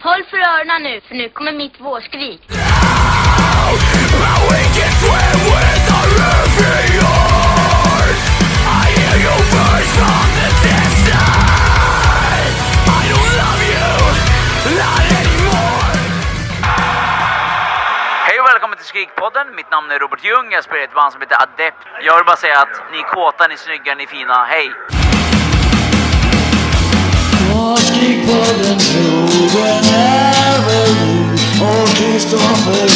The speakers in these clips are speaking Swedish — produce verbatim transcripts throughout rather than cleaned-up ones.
Håll för öronen nu, för nu kommer mitt vårskrik. Hej och välkommen till Skrikpodden. Mitt namn är Robert Ljung. Jag spelar i ett band som heter Adept. Jag vill bara säga att ni är kåta, ni är snygga, ni är fina. Hej! Skrikpodden tog en överlud och Kristoffer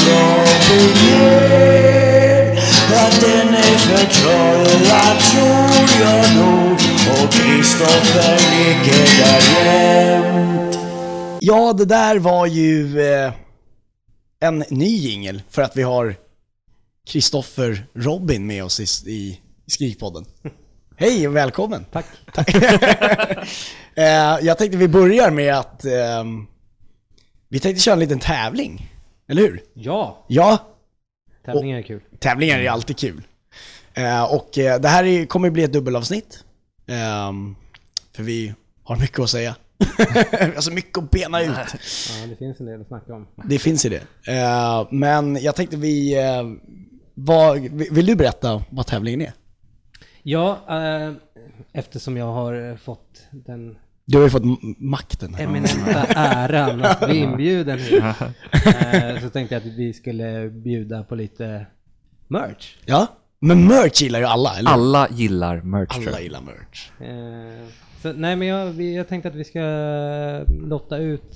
Robin. Att den är förklarar jag tror jag nog och Kristoffer ligger där jämt. Ja, det där var ju eh, en ny jingle för att vi har Kristoffer Robin med oss i, i Skrikpodden. Hej och välkommen. Tack. Tack. eh, jag tänkte vi börjar med att eh, vi tänkte köra en liten tävling. Eller hur? Ja, Ja, tävlingar är kul. tävlingar är alltid kul. Eh, och eh, det här är, kommer bli ett dubbelavsnitt. Eh, för vi har mycket att säga. Alltså mycket att bena ut. Ja, det finns en del att snacka om. Det finns i det. Eh, men jag tänkte vi... Eh, vad, vill du berätta vad tävlingen är? Ja, äh, eftersom jag har fått den Du har ju fått m- makten. eminenta äran att bli inbjuden hit, äh, så tänkte jag att vi skulle bjuda på lite merch. Ja, men merch gillar ju alla, eller? Alla gillar merch. tror Alla jag. gillar merch. Eh, så, nej, men jag, vi, jag tänkte att vi ska lotta ut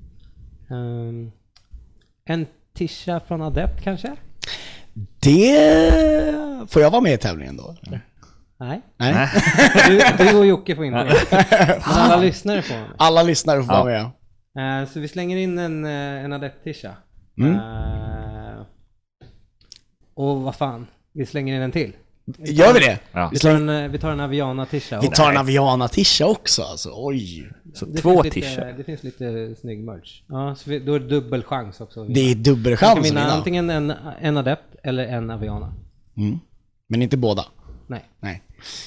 um, en tisha från Adept kanske? Det... Får jag vara med i tävlingen då? Nej. Nej. Du, du och Jocke får inte. Men alla lyssnare får. Alla lyssnare får Ja. vara med. Uh, så vi slänger in en, uh, en Adept-tisha. Mm. Uh, och vad fan, vi slänger in en till. Gör vi det? Ja. Vi tar en, uh, vi tar en Aviana-tisha. Vi tar en Aviana-tisha också, alltså. Oj. Så det två finns lite, t-shirts. Det finns lite snygg merch. Ja, så vi, då är det dubbel chans också. Det är Man dubbelchans kan att vinna vinna. antingen en, en Adept eller en Aviana. Mm. Men inte båda. Nej. Nej.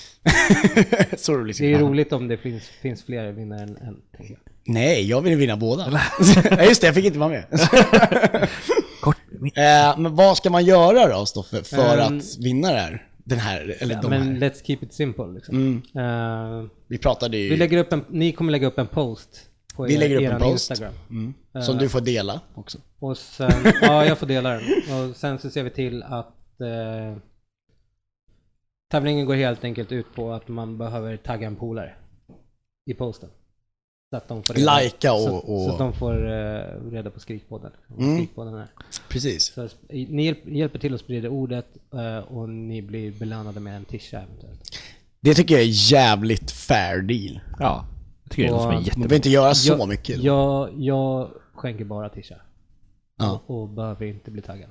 Så roligt. Det är roligt om det finns, finns fler vinnare än en. Nej, jag vill vinna båda. Nej, just det, jag fick inte vara med. Kort. eh, men vad ska man göra då, Stoffe, för Um, att vinna det här? Den här, eller Ja, de men här. let's keep it simple liksom. Mm. Uh, Vi pratade ju... vi lägger upp en, ni kommer lägga upp en post på Vi er, lägger upp eran en post. Instagram. Mm. Som Eh, du får dela också. Och sen, ja, jag får dela den. Och sen så ser vi till att eh, tävlingen går helt enkelt ut på att man behöver tagga en polare i posten. Så att de får reda, Lajka och- så, och- så att de får eh, reda på Skrikpodden. Mm. Skrikpodden här. Precis. Så i- ni hjälp, hjälper till att sprida ordet eh, och ni blir belönade med en tisha eventuellt. Det tycker jag är jävligt fair deal. Ja, jag tycker det Och- låter som en Man jättebra. behöver inte göra så jag, mycket. då. Jag, jag skänker bara tisha. Ja. Och, och behöver inte bli taggad.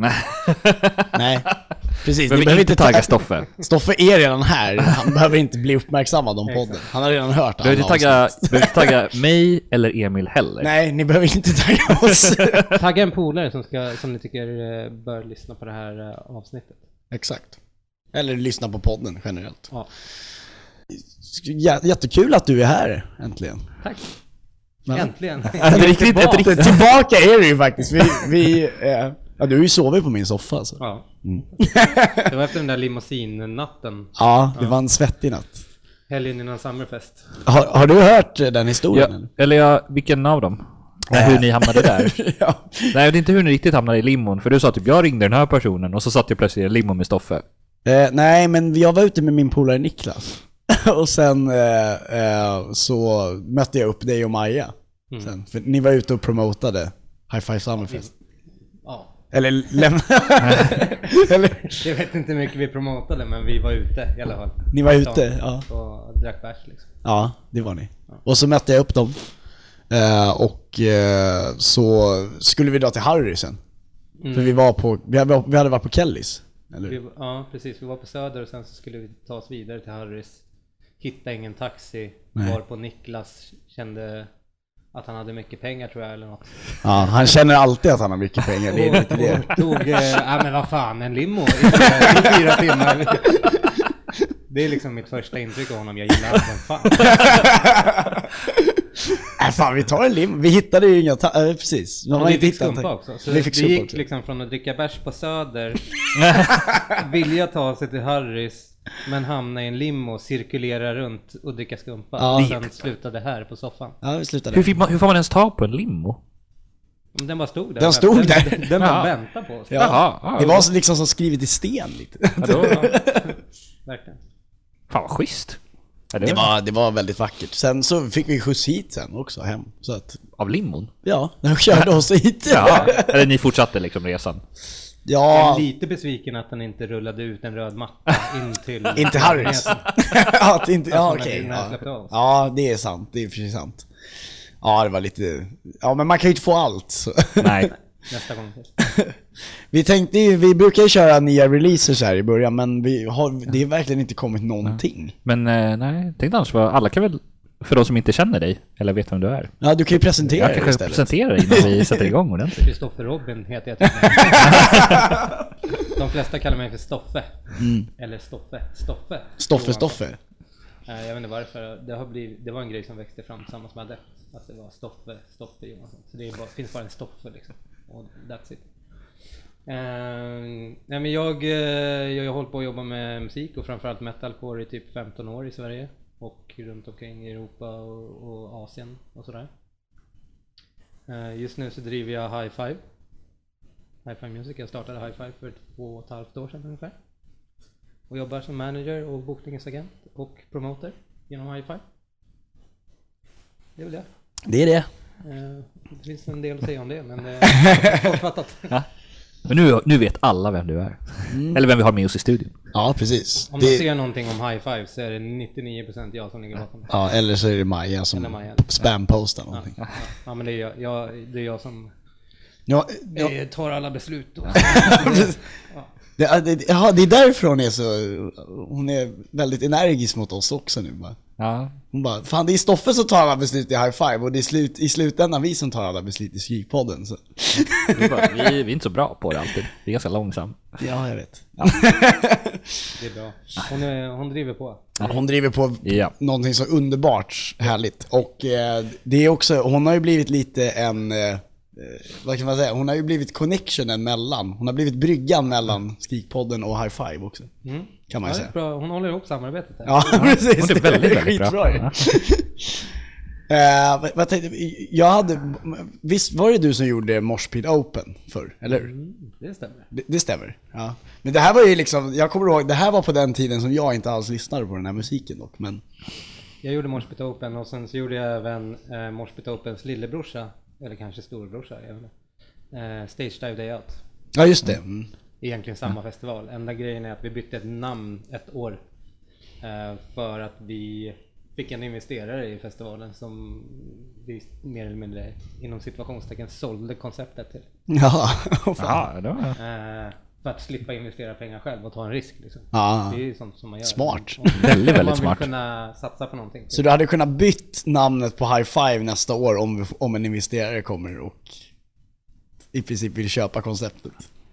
Nej, precis. Behöver Ni behöver inte inte tagga tagga Stoffe. Stoffe är redan här. Han behöver inte bli uppmärksammad om podden. Han har redan hört alla Behöver inte tagga, avsnitt. behöver inte tagga mig eller Emil heller. Nej, ni behöver inte tagga oss. Tagga en polare som, ska, som ni tycker eh, bör lyssna på det här eh, avsnittet. Exakt. Eller lyssna på podden generellt. Ja. J- jättekul att du är här, äntligen. Tack. Ja. Äntligen. Ett riktigt, ett riktigt. Tillbaka är du ju faktiskt. Vi, vi, eh, ja, du har ju sovit på min soffa alltså. Ja. Mm. Det var efter den där limousin-natten. Ja, det var en svettig natt. Helgen innan Summerfest. Har, har du hört eh, den historien? Ja, eller? eller jag, vilken av dem? Nej, hur ni hamnade där. Ja. Nej, det är inte hur ni riktigt hamnade i limon. För du sa typ, jag ringde den här personen och så satt jag plötsligt i en limo med Stoffe. Eh, nej, men jag var ute med min polare Niklas. Och sen eh, eh, så mötte jag upp dig och Maja. Mm. Sen, för ni var ute och promotade High Five Summerfest. Ja. Eller lämna... Eller, Jag vet inte hur mycket vi promotade, men vi var ute i alla fall. ni var ute, ja. Och drack bärs liksom. Ja, det var ni. Och så mötte jag upp dem. Eh, och eh, så skulle vi dra till Harry sen. Mm. För vi var på, vi hade, vi hade varit på Kellys. Eller? Vi, ja, precis. Vi var på Söder och sen så skulle vi ta oss vidare till Harrys. Hitta ingen taxi. Nej. Var på Niklas kände att han hade mycket pengar, tror jag, eller något. Ja, han känner alltid att han har mycket pengar. Det är lite det. Och tog, eh, ja men vad fan, en limo i fyra, i fyra timmar. Det är liksom mitt första intryck av honom. Jag gillar den fan. Äh, fan vi tar en lim. Vi hittade ju inga, ta- äh, precis. Men vi fick skumpa också. Så vi fick det skumpa gick också. liksom från att dricka bärs på Söder, vilja ta sig till Harrys, men hamna i en limo, cirkulera runt och dricka skumpa. Ja. Och sen slutade här på soffan. Ja, vi slutade. Hur, fick man, hur får man ens ta på en limo? Den bara stod där. Den stod den, där. Den, den bara Ja. väntade på oss. Ja. Jaha, ja, Det var så liksom som skrivet i sten lite. Ja, då, Verkligen. fan vad schysst. Ja, det Det var var, det var väldigt vackert. Sen så fick vi skjuts hit sen också hem. Så att, av limon. ja, de körde oss hit. Ja, eller ni fortsatte liksom resan. Jag Ja, är lite besviken att den inte rullade ut en röd matta in till... inte Harrys. Ja, att inte, ja Alltså, okej. när- när jag Ja. släppte av. Ja, det är sant. Det är för sig sant. Ja, det var lite... Ja, men man kan ju inte få allt. Så. Nej. Nästa gång. Vi tänkte ju, vi brukar ju köra nya releases här i början, men vi har, det har verkligen inte kommit någonting. Men eh, nej, tänkte annars vara, alla kan väl, för de som inte känner dig, eller vet vem du är. Ja, du kan ju presentera Jag dig kanske istället. presenterar dig innan vi sätter igång ordentligt. Kristoffer Robin heter jag tydligen. De flesta kallar mig för Stoffe. Eller Stoffe. Stoffe. Stoffe, Johansson. Stoffe. Eh, Jag vet inte varför. Det, har blivit, det var en grej som växte fram tillsammans med Adept. Att det var Stoffe, Stoffe Johansson. Så det är bara, finns bara en Stoffe liksom. Och that's it. Uh, nej men jag, uh, jag har hållit på att jobba med musik och framförallt metalcore i typ femton år i Sverige. Och runt omkring i Europa och, och Asien och sådär. Uh, just nu så driver jag High Five. High Five Music. Jag startade High Five för två och ett halvt år sedan ungefär. Och jobbar som manager och bokningsagent och promoter genom High Five. Det är väl det. Det är det. Uh, det finns en del att säga om det, men det är kortfattat. Ja. Men nu, nu vet alla vem du är. Eller vem vi har med oss i studion. Ja, precis. Om man Det, ser någonting om High Five så är det nittionio procent jag som ligger bakom. ja, eller så är det Maja som Eller Maja. spampostar någonting. Ja, ja, men det är jag, jag, det är jag som Ja, ja, eh, tar alla beslut då. det, det, ja, det är därför hon är så... Hon är väldigt energisk mot oss också nu bara. Ja. Hon bara, fan det är Stoffe som tar alla beslut i High Five och det är slut, i slutändan vi som tar alla beslut i Skrikpodden. Så. Vi, bara, vi, vi är inte så bra på det alltid. Vi är ganska långsam. Ja, jag vet. Det är bra. Hon, är, hon driver på. Hon driver på Ja. någonting så underbart härligt. Och eh, det är också, hon har ju blivit lite en, eh, vad kan man säga, hon har ju blivit connectionen mellan, hon har blivit bryggan mellan Skrikpodden och High Five också. Mm. Kan man Ja, ju det är säga. bra. Hon håller ihop samarbetet här. Ja, precis. Hon är väldigt, Det väldigt bra. skitbra ju. Ja. Eh, vad, vad tänkte, jag hade, visst var det du som gjorde Moshpit Open förr, eller hur? Mm, det stämmer. Det, det stämmer, ja. Men det här var ju liksom, jag kommer ihåg, det här var på den tiden som jag inte alls lyssnade på den här musiken dock, men... Jag gjorde Moshpit Open och sen så gjorde jag även eh, Moshpit Opens lillebrorsa, eller kanske storebrorsa, jag vet inte. Eh, Stage Dive Day Out. Ja, just det. Mm. Egentligen samma festival. Enda grejen är att vi bytte ett namn ett år eh, för att vi fick en investerare i festivalen som vi mer eller mindre inom situationstecken sålde konceptet till. Ja, oh, fan. Ja, då. Eh, för att slippa investera pengar själv och ta en risk liksom. Ja. Det är ju sånt som man gör. Smart. Om, om, Väldigt, om väldigt man smart. vill kunna satsa på någonting. Så du hade kunnat bytt namnet på High Five nästa år om, om en investerare kommer och i princip vill köpa konceptet?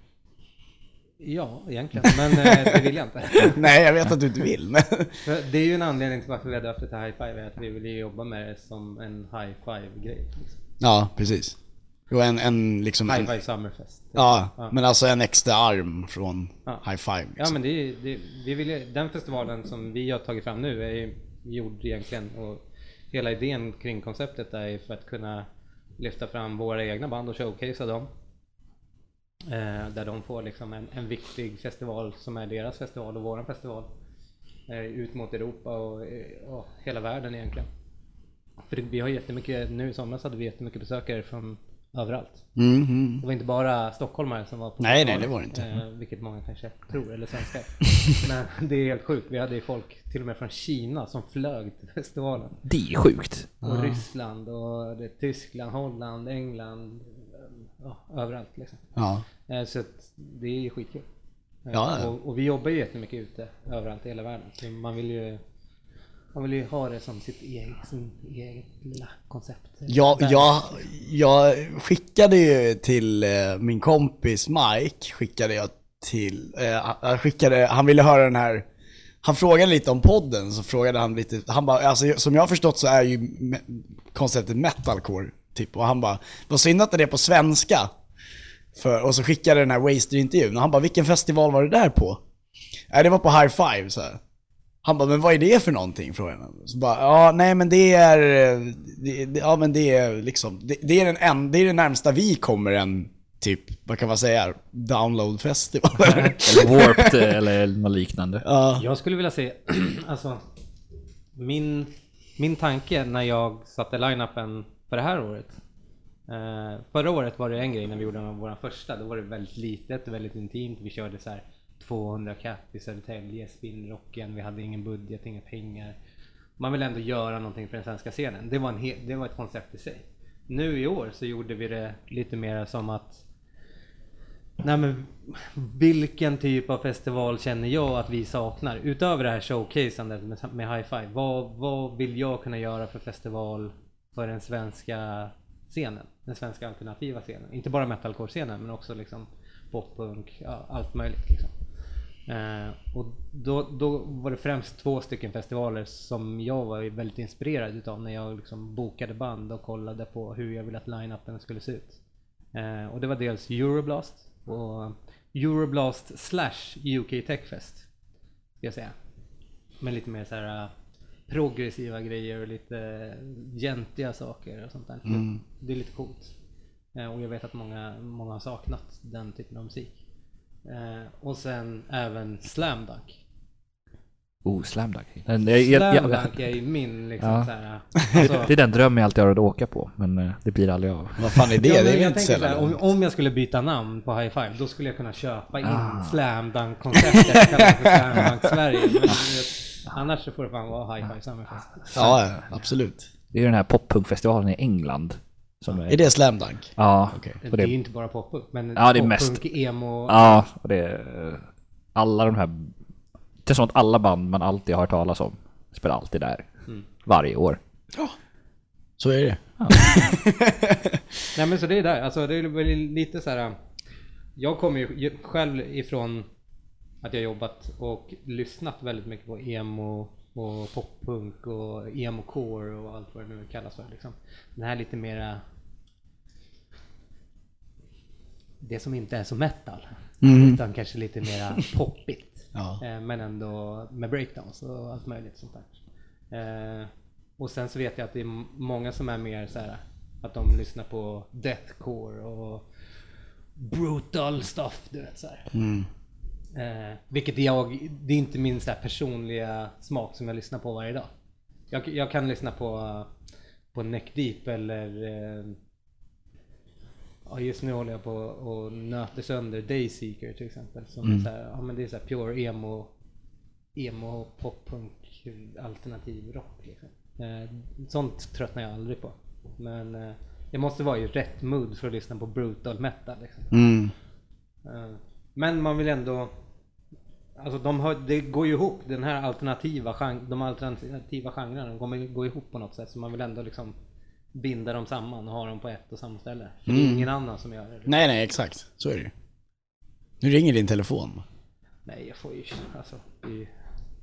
Ja, egentligen. Men eh, det vill jag inte. Nej, jag vet att du inte vill, men... För det är ju en anledning till varför vi har döpt det till High Five, är att vi vill jobba med det som en High Five-grej. Liksom. Ja, precis. Och en, en liksom... High En, Five Summerfest. ja, Ja. men alltså en extra arm från Ja. High Five. Liksom. Ja, men det är, det, vi vill, ju- den festivalen som vi har tagit fram nu är ju gjord egentligen, och hela idén kring konceptet är ju för att kunna lyfta fram våra egna band och showcasea dem. Eh, där de får liksom en, en viktig festival som är deras festival och våran festival. Eh, ut mot Europa och, eh, och hela världen egentligen. För det, vi har jättemycket, nu i somras hade vi jättemycket besökare från överallt. Mm, mm. Det var inte bara stockholmare som var på Nej, festivalen, nej, det var det inte. Eh, vilket många kanske tror, eller svenskar. Men det är helt sjukt. Vi hade ju folk till och med från Kina som flög till festivalen. Det är sjukt. Och Ryssland och det, Tyskland, Holland, England, ja, överallt liksom. Ja. Eh, så att det är ju skitkul. Eh, Ja, ja. och, och vi jobbar ju jättemycket ute överallt i hela världen. Så man vill ju man vill ju ha det som sitt eget, sin eget lilla koncept. Ja, Där. jag, jag skickade ju till eh, min kompis Mike, skickade jag till, eh, han skickade, han ville höra den här han frågade lite om podden, så frågade han lite, han bara, alltså som jag har förstått så är ju me- konceptet metalcore typ, och han bara, vad synd att det är på svenska. För, och så skickade den här Waster-intervjun och han bara, vilken festival var det där på? Nej, det var på High Five så här. Han bara, men vad är det för någonting? Frågade han. Så bara, ja nej men det är det, det, ja men det är liksom det, det är den en, det är det närmsta vi kommer en typ, vad kan man säga, download festival eller Warped eller något liknande. Ja. Jag skulle vilja se, alltså min, min tanke när jag satte line-upen för det här året. Eh, förra året var det en grej när vi gjorde vår första, då var det väldigt litet och väldigt intimt. Vi körde så här tvåhundra katt i Södertälje, Spinnrocken, vi hade ingen budget, inga pengar. Man vill ändå göra någonting för den svenska scenen. Det var, en he- det var ett koncept i sig. Nu i år så gjorde vi det lite mer som att nej men, vilken typ av festival känner jag att vi saknar? Utöver det här showcasandet med, med High Five, vad, vad vill jag kunna göra för festival för den svenska scenen? Den svenska alternativa scenen. Inte bara metalcore-scenen men också liksom poppunk, ja, allt möjligt liksom. Eh, och då, då var det främst två stycken festivaler som jag var väldigt inspirerad utav när jag liksom bokade band och kollade på hur jag ville att line-upen skulle se ut. Eh, och det var dels Euroblast och Euroblast slash U K Techfest ska jag säga. Med lite mer så här progressiva grejer och lite gentiga saker och sånt där. Mm. Det är lite coolt. Eh, och jag vet att många, många har saknat den typen av musik. Eh, och sen även Slam Dunk. Oh, Slam Dunk. Slam Dunk är ju min liksom ja. så här, alltså, det är den dröm jag alltid har att åka på, men eh, det blir aldrig av. Vad fan är det? ja, det är jag inte så här, om, om jag skulle byta namn på High Five, då skulle jag kunna köpa in ah. Slam Dunk-konceptet kallat för Slam Dunk Sverige. Men, annars så får det fan vara High Five Summerfest. Ja, absolut. Det är den här poppunkfestivalen i England. Som är... är det Slam Dunk? Ja. Okay. Det, det är ju inte bara poppunk, men ja, det är poppunk, mest... emo... Ja, och det är alla de här... Det är som att alla band man alltid har hört talas om spelar alltid där. Mm. Varje år. Ja, så är det. Ja. Nej men så det är där, alltså det är väl lite så här. Jag kommer ju själv ifrån att jag jobbat och lyssnat väldigt mycket på emo och poppunk och emo-core och allt vad det nu kallas för liksom. Den här lite mera det som inte är så metal mm. utan kanske lite mera poppigt. Ja. Men ändå med breakdowns och allt möjligt sånt där. Och sen så vet jag att det är många som är mer så här att de lyssnar på deathcore och brutal stuff, du vet så här. Mm. Eh, vilket jag, det är inte min så här personliga smak som jag lyssnar på varje dag. Jag, jag kan lyssna på på Neck Deep eller eh, ja, just nu håller jag på och nöter sönder Dayseeker till exempel som mm. är så här, ja men det är så här pure emo emo poppunk alternativ rock liksom. Eh, sånt tröttnar jag aldrig på. Men eh, jag måste vara i rätt mood för att lyssna på brutal metal liksom. Mm. Eh, men man vill ändå alltså de har, det går ju ihop den här alternativa gen, de alternativa genrerna de kommer gå ihop på något sätt så man vill ändå liksom binda dem samman och ha dem på ett och samma ställe. För mm. det är ingen annan som gör det. Liksom. Nej nej exakt, så är det ju. Nu ringer din telefon. Nej jag får ju alltså det är ju...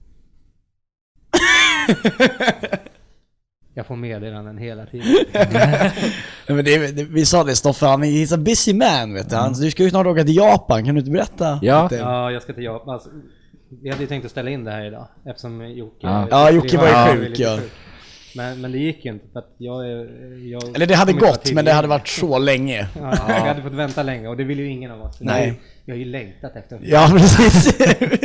Jag får meddelanden hela tiden. Men det, det, vi sa det Stoffe, han är he's a busy man vet du. Han, du ska ju snart åka till Japan, kan du inte berätta? Ja, lite? Ja jag ska till Japan. Alltså, vi hade ju tänkt att ställa in det här idag eftersom Jocke Ja, ja Jocke var ju sjuk ja. Sjuk. Men, men det gick ju inte för att jag, jag eller det hade gått men det hade varit så länge. Ja, jag hade fått vänta länge och det vill ju ingen av oss. Nej. Jag har ju längtat efter. Ja precis.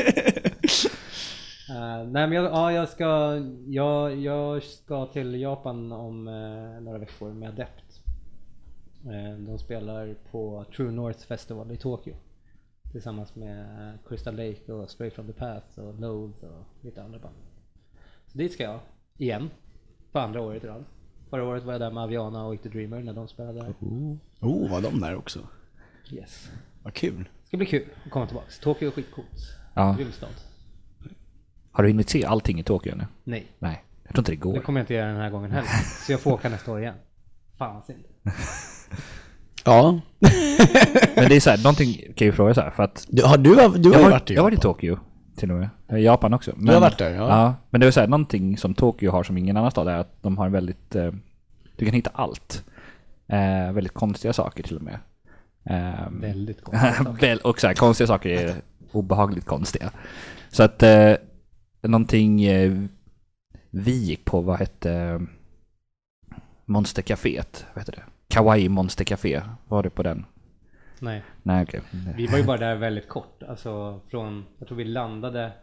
Uh, nej men jag, ja, jag ska jag, jag ska till Japan om uh, några veckor med Adept. Uh, de spelar på True North Festival i Tokyo tillsammans med Crystal Lake och Stray from the Path och Loathe och lite andra band. Så dit ska jag igen för andra året i rad. Förra året var jag där med Aviana och Eat the Dreamer när de spelade där. Oh, oh var de där också? Yes. Vad kul. Det ska bli kul att komma tillbaka. Tokyo är skitcoolt. Ja. Grymstad. Har du hunnit se allting i Tokyo nu? Nej. Nej, jag tror inte det går. Det kommer jag inte göra den här gången heller. Så jag får åka nästa år igen. Fan inte. Ja. Men det är så här, någonting kan jag ju fråga så här för att du har du har, du har jag varit i Jag har varit i Tokyo till och med. I Japan också. Men, du har varit där, ja. ja. Men det är så här, någonting som Tokyo har som ingen annan stad är att de har en väldigt... Eh, du kan hitta allt. Eh, väldigt konstiga saker till och med. Eh, Väldigt konstiga saker. väl, och så här, konstiga saker är obehagligt konstiga. Så att eh, någonting eh, vi gick på, vad hette Monstercaféet, vad heter det? Kawaii Monstercafé, var det på den? Nej. Nej, okej. Okay. Vi var ju bara där väldigt kort, alltså från, jag tror vi landade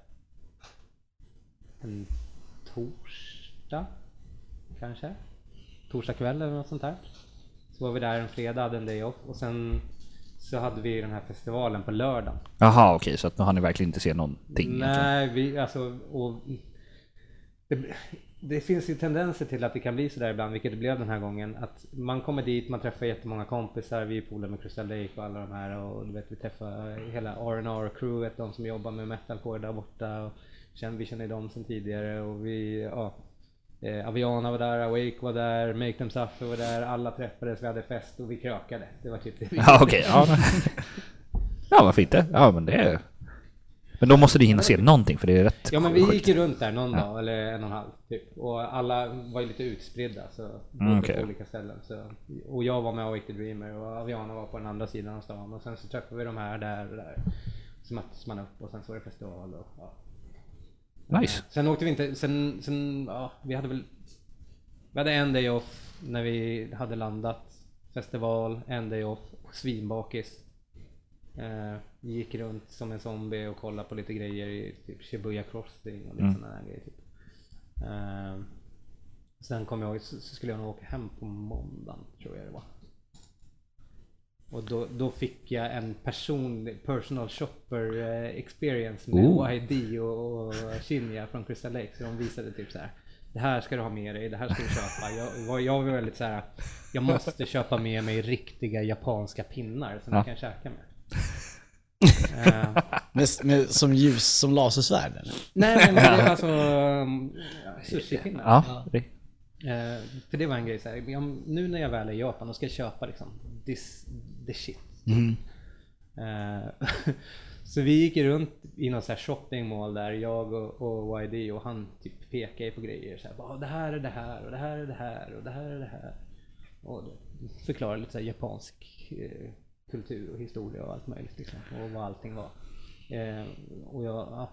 en torsdag kanske, torsdag kväll eller något sånt där. Så var vi där en fredag, hade en day off, och sen så hade vi den här festivalen på lördagen. Jaha, okej, okay, så att nu har ni verkligen inte sett någonting? Nej, vi, alltså, och det, det finns ju tendenser till att det kan bli så där ibland, vilket det blev den här gången, att man kommer dit, man träffar jättemånga kompisar, vi är polare med Crystal Lake och alla de här, och du vet, vi träffar hela R and R-crewet, de som jobbar med metalcore där borta, och känner, vi känner dem sedan tidigare, och vi, ja, eh, Aviana var där, Awake var där, Make Them Suffer var där, alla träffades, vi hade fest och vi krökade, det var typ det vi ja, okej, okay, ja. Ja, vad fint det. Ja, men det är... Men då måste du hinna se någonting, för det är rätt. Ja, men vi sjukt. gick ju runt där någon ja. dag, eller en och en halv typ. Och alla var ju lite utspridda, så mm, okay. på olika ställen. Så, och jag var med Awake the Dreamer, och Aviana var på den andra sidan av stan. Och sen så träffade vi de här där och där. Så möttes man upp, och sen så var det festival och ja. Nice. Sen åkte vi inte, sen, sen ja, vi hade väl, vi hade en day off när vi hade landat. Festival, en day off, svinbakis. Uh, vi gick runt som en zombie och kollade på lite grejer i typ Shibuya Crossing och lite mm. sådana där grejer typ. Uh, sen kom jag ihåg, så, så skulle jag nog åka hem på måndagen, tror jag det var. Och då, då fick jag en personlig personal shopper uh, experience med oh. Y D och, och Shinya från Crystal Lake, så de visade typ så här: det här ska du ha med dig, det här ska du köpa. Jag, jag var väldigt så här: jag måste köpa med mig riktiga japanska pinnar som ja. jag kan käka med. uh, med, med, som ljus, som lasersvärd eller? Nej, men det är alltså um, sushi-pinnar. Ja, det. Uh, för det var en grej så här, jag, nu när jag väl är i Japan, då ska jag köpa liksom this, this shit. Mm. Uh, så vi gick runt i någon så här shoppingmall där, jag och, och Y D, och han typ pekade på grejer så här: det här är det här och det här är det här och det här är det här. Och förklarade lite så här japansk uh, kultur och historia och allt möjligt liksom, och vad allting var. Eh, och jag ja,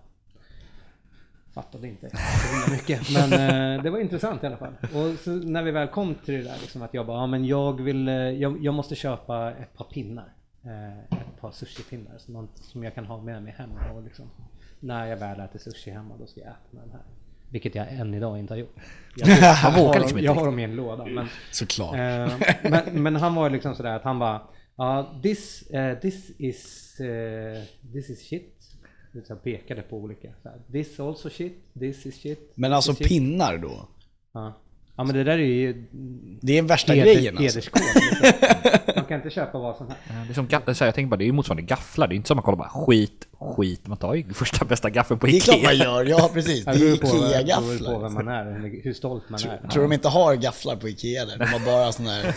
fattade inte så mycket, men eh, det var intressant i alla fall. Och så när vi väl kom till det där liksom, att jag bara, ja, men jag vill, jag, jag måste köpa ett par pinnar, eh, ett par sushi-pinnar som, som jag kan ha med mig hem, och liksom, när jag väl äter sushi hemma, då ska jag äta med den här. Vilket jag än idag inte har gjort. Jag, jag, har, liksom jag har dem i en låda. Men, såklart. Eh, men, men han var liksom sådär att han bara, Uh, this, uh, this is uh, this is shit. Jag pekade på olika. This also shit, this is shit. Men alltså shit. Pinnar då? Ja. Ja, men det där är ju, det är en värsta heder, grejen alltså. Hederskod, liksom. Man kan inte köpa vad som helst. Ja, det är som gafflar, jag tänker bara, det är ju motsvarande gafflar. Det är inte som man kollar bara skit, skit. Man tar ju första bästa gaffeln på Ikea. Det är klart man gör, ja precis. Det är Ikea-gafflar. Det beror på vem man är, hur stolt man tror, är. Tror de inte har gafflar på Ikea där? De har bara såna här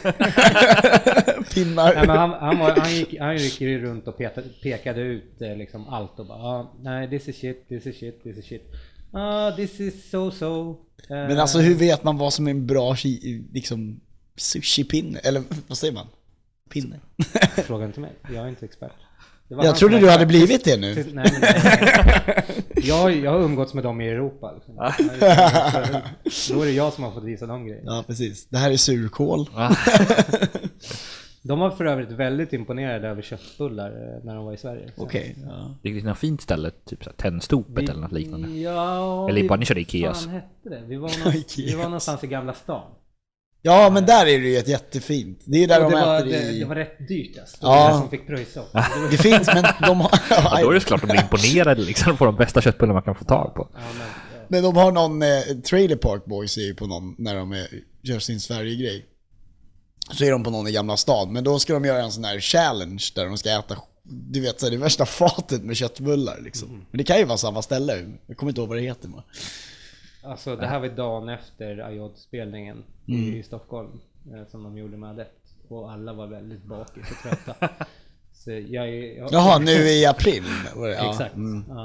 pinnar. Nej, men han, han, var, han, gick, han gick runt och pekade, pekade ut liksom allt och bara, ah, nej, this is shit, this is shit, this is shit. Ah, this is so so. Uh, Men alltså hur vet man vad som är en bra liksom sushi-pinne? Eller vad säger man? Pinne? Fråga inte mig, jag är inte expert. Jag trodde du hade blivit det nu. Nej, nej, nej. Jag, jag har umgåtts med dem i Europa. Liksom. Då är det jag som har fått visa de grejerna. Ja, precis. Det här är surkål. De var för övrigt väldigt imponerade över köttbullar när de var i Sverige. Okej. Okay, ja. Det är ett fint ställe, typ så här, Tennstopet vi, eller något liknande. Ja, eller vi, bara ni körde Ikea. Fan hette det? Vi var, någonstans, vi var någonstans i Gamla stan. Ja, men där är det ju ett jättefint. Det är ju där de det var, äter det, i... det var rätt dyrt alltså. Ja. Det var det som fick pröjsa. Det finns, men de har... Ja, då är det såklart att de blir imponerade liksom, på de bästa köttbullar man kan få tag på. Ja, men, ja. men de har någon... Eh, Trailer Park Boys är ju på någon, när de är, gör sin Sverige-grej. Så är de på någon i Gamla stad. Men då ska de göra en sån här challenge där de ska äta, du vet, så här, det värsta fatet med köttbullar liksom. Mm. Men det kan ju vara samma ställe. Jag kommer inte ihåg vad det heter. Man. Alltså det här var dagen efter Ayod-spelningen mm. i Stockholm som de gjorde med Adept. Och alla var väldigt bakis och trötta. Så jag, jag... Jaha, nu i april. Ja. Exakt. Mm. Ja.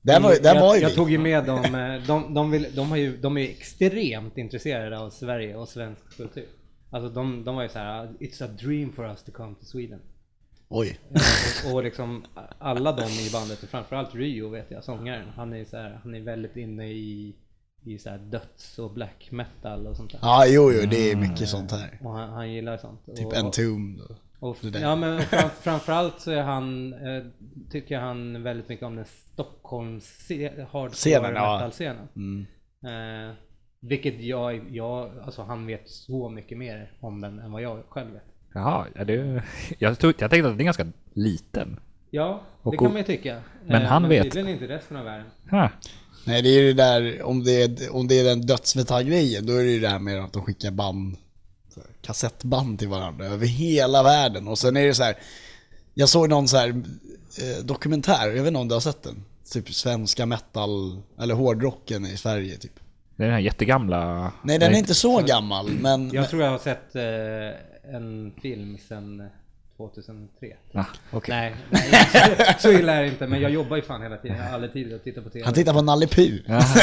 Där var, där jag, var ju jag vi. tog ju med dem, eh, de, de, vill, de, har ju, de är extremt intresserade av Sverige och svensk kultur. Alltså de, de var ju så här: it's a dream for us to come to Sweden. Oj. och, och liksom alla de i bandet, och framförallt Ryo vet jag, sångaren, han är så här, han är väldigt inne i i så här döds och black metal och sånt där. Ja, jo, jo, det är mycket sånt här. Och han, han gillar sånt. Typ och, Entombed. och, det där. ja, men fram, framförallt så är han, eh, tycker han väldigt mycket om den Stockholms hardcore Scenen, ja. metal-scenen. Mm. Eh, vilket jag, jag, alltså han vet så mycket mer om den än vad jag själv vet. Jaha, ja, det, jag, tog, jag tänkte att det är ganska liten. Ja, det Och- kan man ju tycka. men Eh, han men vet. tydligen inte resten av världen. Ha. Nej, det är ju det där, om det är, om det är den dödsmetallgrejen, då är det ju det här med att de skickar band, så här, kassettband till varandra över hela världen. Och sen är det så här, jag såg någon så här eh, dokumentär, jag vet inte om du har sett den, typ svenska metal, eller hårdrocken i Sverige typ. Det är den här jättegamla... Nej, den är inte så gammal, men... Jag tror jag har sett eh, en film sedan tjugohundratre. Ah, Okej. Nej, nej så, så illa är det inte, men jag jobbar ju fan hela tiden. Jag har aldrig tid att titta på tv. Han tittar på Nalle Puh.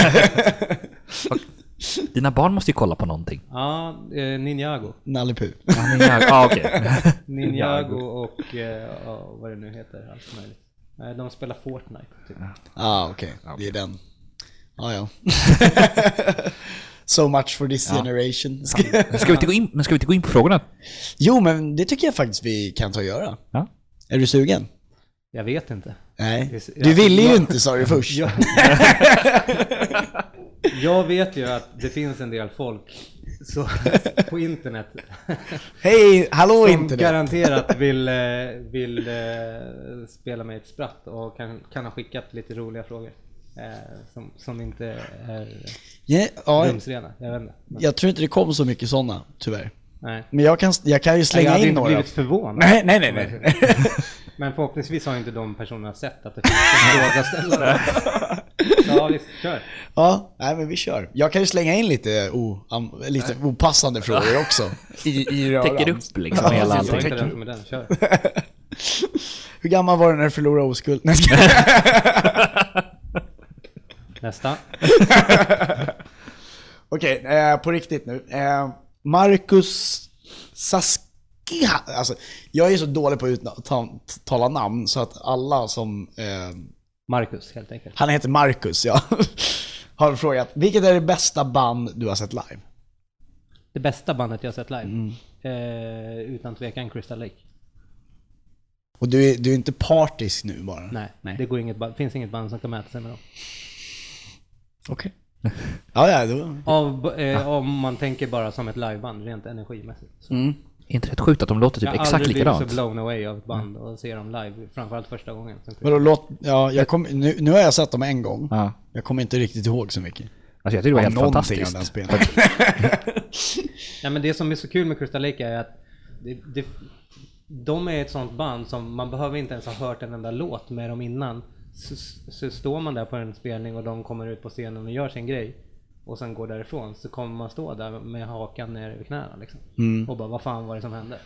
Dina barn måste ju kolla på någonting. Ja, eh, Ninjago. Nalle Puh. Ja, men jag- ah, okej. Ninjago och eh, ja, vad det nu heter, allt möjligt. Nej, de spelar Fortnite typ. Ja, ah, okej. Det är den. Ah, ja. So much for this Ja. generation. Ska vi inte gå in, men ska vi inte gå in på frågorna? Jo, men det tycker jag faktiskt vi kan ta och göra. Ja. Är du sugen? Jag vet inte. Nej. Ja, Du ville ju jag- inte, sa du först. Jag, jag vet ju att det finns en del folk så, på internet Hej, hallå som internet. garanterat vill, eh, vill eh, spela med ett spratt och kan, kan ha skickat lite roliga frågor eh, som, som inte är Ja, ja, rumsrena. Jag vet inte. Men, jag tror inte det kom så mycket sådana, tyvärr. nej. Men jag kan, jag kan ju Jag slänga hade in inte några. blivit förvånad. Nej, nej, nej, nej. Men förhoppningsvis har inte de personerna sett att det finns en fråga ställare. Ja, visst, kör. Ja, nej, men vi kör. Jag kan ju slänga in lite, o, am, lite opassande frågor också. I, i röran. Täcker upp liksom Ja, hela precis. Jag är allting. inte rädd med den, kör. Hur gammal var du när du förlorade oskuld? Nej, ska jag- Nästa. Okej, eh, på riktigt nu. Eh, Marcus Saskia. Alltså, jag är så dålig på att uttala tala namn så att alla som... Eh, Marcus, helt enkelt. han heter Marcus, ja. Har frågat, vilket är det bästa band du har sett live? Det bästa bandet jag har sett live. Mm. Eh, utan tvekan Crystal Lake. Och du är, du är inte partisk nu bara? Nej, Nej. det går inget band, finns inget band som kan mäta sig med dem. Okej. Ja, ja, då... Av, eh, om man tänker bara som ett liveband, rent energimässigt. Så. Mm. Inte rätt sjukt att de låter typ Jag har exakt aldrig blivit likadant. så blown away av ett band och ser dem live, framförallt första gången. Som Vadå, låt, ja, jag kom, nu, nu har jag sett dem en gång. Ja. Jag kommer inte riktigt ihåg så mycket. Alltså jag tycker det var Av helt någonting av fantastiskt. den spelaren. Ja, men det som är så kul med Crystal Lake är att det, det, de är ett sånt band som man behöver inte ens ha hört en enda låt med dem innan. Så, så står man där på en spelning och de kommer ut på scenen och gör sin grej och sen går därifrån, så kommer man stå där med hakan ner över knäna liksom. Mm. Och bara, vad fan var det som hände?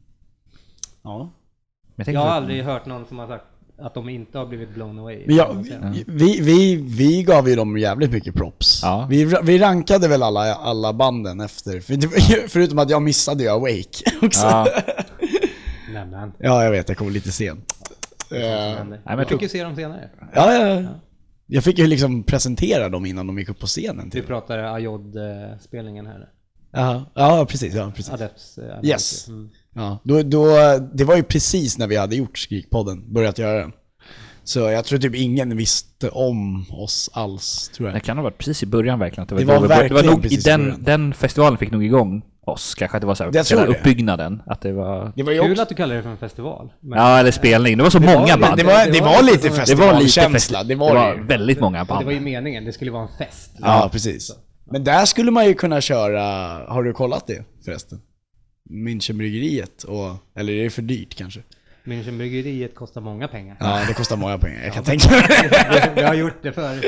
Ja. Men jag tänker Jag har så- aldrig hört någon som har sagt att de inte har blivit blown away. Men ja, vi, vi, vi gav ju dem jävligt mycket props. Ja. Vi, vi rankade väl alla, alla banden efter, för, förutom att jag missade ju Awake också. Ja. Nämen. Ja, jag vet, jag kom lite sent. Eh, men jag Jag fick tror- ju se dem senare. ja, ja, ja. Jag fick ju liksom presentera dem innan de gick upp på scenen. Vi Typ. pratar Ajod-spelningen här. Ja, ja, precis. Ja, precis. Adepts. eh, Yes. Mm. Ja, då, då, det var ju precis när vi hade gjort Skrikpodden, börjat göra den. Så jag tror typ ingen visste om oss alls, tror Det jag. kan ha varit precis i början verkligen. Att det, Det var, var då vi började- det var verkligen nog i precis i den, början. den festivalen fick nog igång oss. Kanske att det var så här, Jag tror hela det. uppbyggnaden. Att det var... Det var ju Kul också, att du kallar det för en festival. Men Ja, eller spelning. Det var så Det var många lite- band. det var, det det var var lite lite- det var lite festivalkänsla, fest- det var det det var ju. väldigt många det band. var ju meningen, det skulle vara en fest. Ja, precis. Men där skulle man ju kunna köra, har du kollat det förresten? Münchenbryggeriet, och, eller är det för dyrt kanske? Münchenbryggeriet kostar många pengar. Ja, det kostar många pengar, jag kan tänka mig det. Vi har gjort det förut.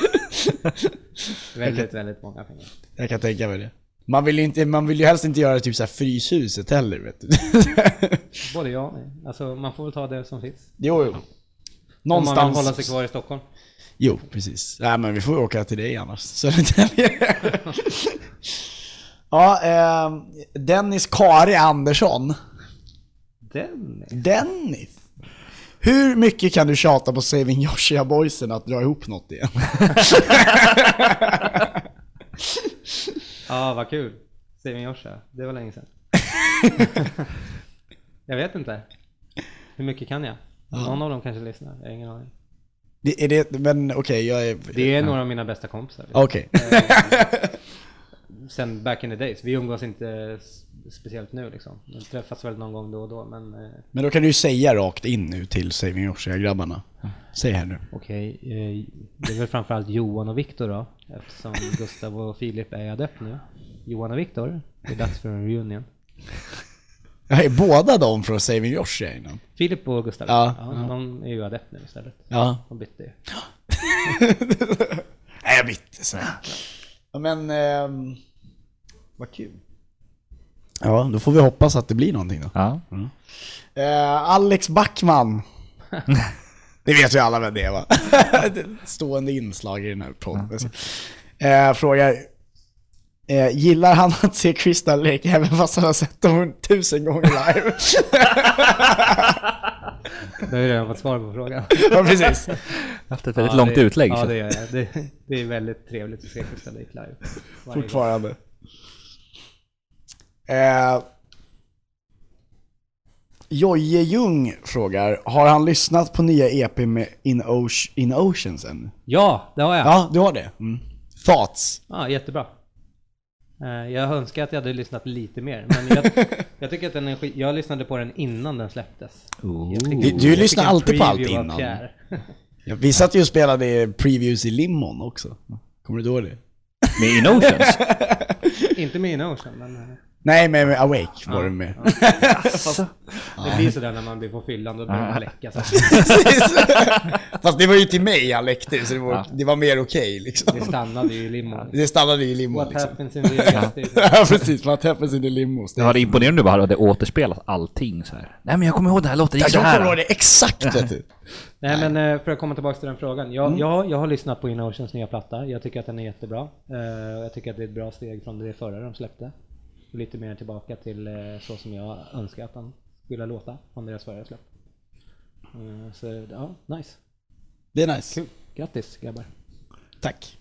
väldigt, väldigt många pengar. Jag kan tänka mig det. Man vill ju, inte, man vill ju helst inte göra typ så här Fryshuset heller, vet du. Både jag och nej. Alltså man får väl ta det som finns. Jo, jo. Om man vill hålla sig Någonstans. kvar i Stockholm. Jo, precis. Nej, men vi får åka till dig annars. Södertälje. Ja, eh, Dennis Kari Andersson. Den? Dennis. Hur mycket kan du tjata på Saving Joshua Boysen att dra ihop något igen? Ja, vad kul. Saving Joshua, det var länge sedan. Jag vet inte. Hur mycket kan jag? Någon av dem kanske lyssnar, jag har ingen aning. Det, är det, men okej, okay, jag är... Det är några av mina bästa kompisar. Okej. Okay. Sen back in the days. Vi umgås inte speciellt nu liksom. Vi träffas väl någon gång då och då, men... Men då kan du ju säga rakt in nu till Saving Joshua-grabbarna. Säg här nu. Okej, okay. Det är väl framförallt Johan och Viktor då. Eftersom Gustav och Filip är adept nu. Johan och Viktor, det är dags för en reunion. Jag är båda dem från Saving Joshua innan. Filip och Gustav, ja, ja, ja. De är ju adept nu istället. Ja. De bytte ju. Nej, jag bytte så. Ja, men eh, vad kul. Ja, då får vi hoppas att det blir någonting då. Ja. Mm. Eh, Alex Backman. Det vet ju alla vem det är, va? Stående inslag i den här podden. Eh, frågar eh, gillar han att se Crystal Lake även fast han har sett dem tusen gånger live? Det har ju redan fått svar på frågan. Ja, precis. Jag har haft ett väldigt ja, långt det, utlägg. Ja, så. det gör jag. Det, det är väldigt trevligt att se Crystal Lake live. Fortfarande. Eh, Jojje Ljung frågar, har han lyssnat på nya E P med In, Oce- In Oceans än? Ja, det har jag. Ja, du har det. Mm. Thoughts. Ja, jättebra. Eh, Jag önskar att jag hade lyssnat lite mer. Men jag, jag tycker att den är skit. Jag lyssnade på den innan den släpptes. Ooh. Jag fick en- Du- du jag lyssnar fick en alltid på allt preview av innan. Pierre. Ja, vi satt ju och spelade previews i Limon också. Kommer du ihåg det? Med In Oceans? Inte med In Ocean, men... eh, Nej, men med Awake var Ja, du med. Alltså. Det blir sådär när man blir på fyllan, då börjar man läcka. Så. Fast det var ju till mig han läckte, så det var, Ja. det var mer okej liksom. Det stannade ju i limon. Det stannade i Limon What liksom. happens in Vegas? det är- Ja, precis. What happens in the limos. Det var imponerande du bara hade återspelat allting så här. Nej men jag kommer ihåg det här låter Ja, så jag här. kommer ihåg det exakt, vet du. Nej, men eh, för att komma tillbaka till den frågan. Jag, Mm. jag, jag har lyssnat på In Oceans nya platta. Jag tycker att den är jättebra. Eh, jag tycker att det är ett bra steg från det förra de släppte. Lite mer tillbaka till eh, så som jag önskar att den skulle låta från deras förra släpp. Eh, så ja, nice. Det är nice. Kul. Grattis grabbar. Tack.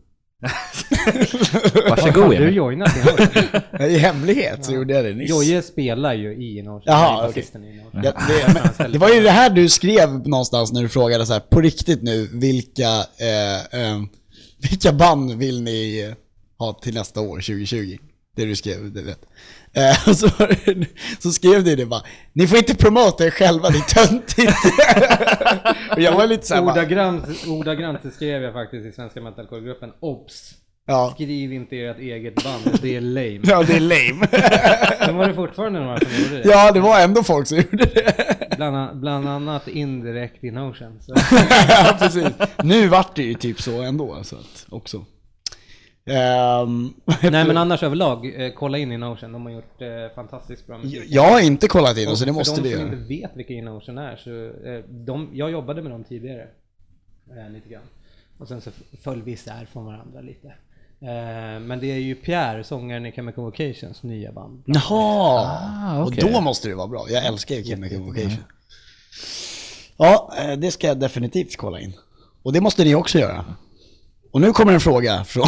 Varsågod Du Emil. joinat In Oceans. I hemlighet så gjorde jag det nyss. Jojje spelar ju i In Oceans. Jaha, Han är okej. basisten i In Oceans. Ja, det, men, det var ju det här du skrev någonstans när du frågade så här, på riktigt nu, vilka, eh, eh, vilka band vill ni eh, ha till nästa år, tjugo tjugo? Det du skrev, det vet. Eh, och så, så skrev du det bara, ni får inte promota er själva, det är töntigt. Och jag var lite så här, bara, Ordagrant, ordagrant så skrev jag faktiskt i svenska metalcore-gruppen, Ops, ja, skriv inte ert eget band, det är lame. ja, det är lame. Men var det fortfarande några som gjorde det? Ja, det var ändå folk som gjorde det. Bland, an- bland annat indirekt In Ocean. Så. Ja, precis. Nu vart det ju typ så ändå, så att också. Um, Nej, men annars överlag, eh, kolla in In Ocean. De har gjort eh, fantastiskt bra musik. jag har inte kollat in, Och så det för måste de vi som göra. inte vet vilka In Ocean är, så eh, de, jag jobbade med dem tidigare eh, lite grann. Och sen så föll vi isär från varandra lite. Eh, men det är ju Pierre, sångaren i Chemical Vocations nya band. Jaha, Ah, okej. och då måste det vara bra. Jag älskar ju Chemical Vocation. Ja, eh, det ska jag definitivt kolla in. Och det måste ni också göra. Och nu kommer en fråga från...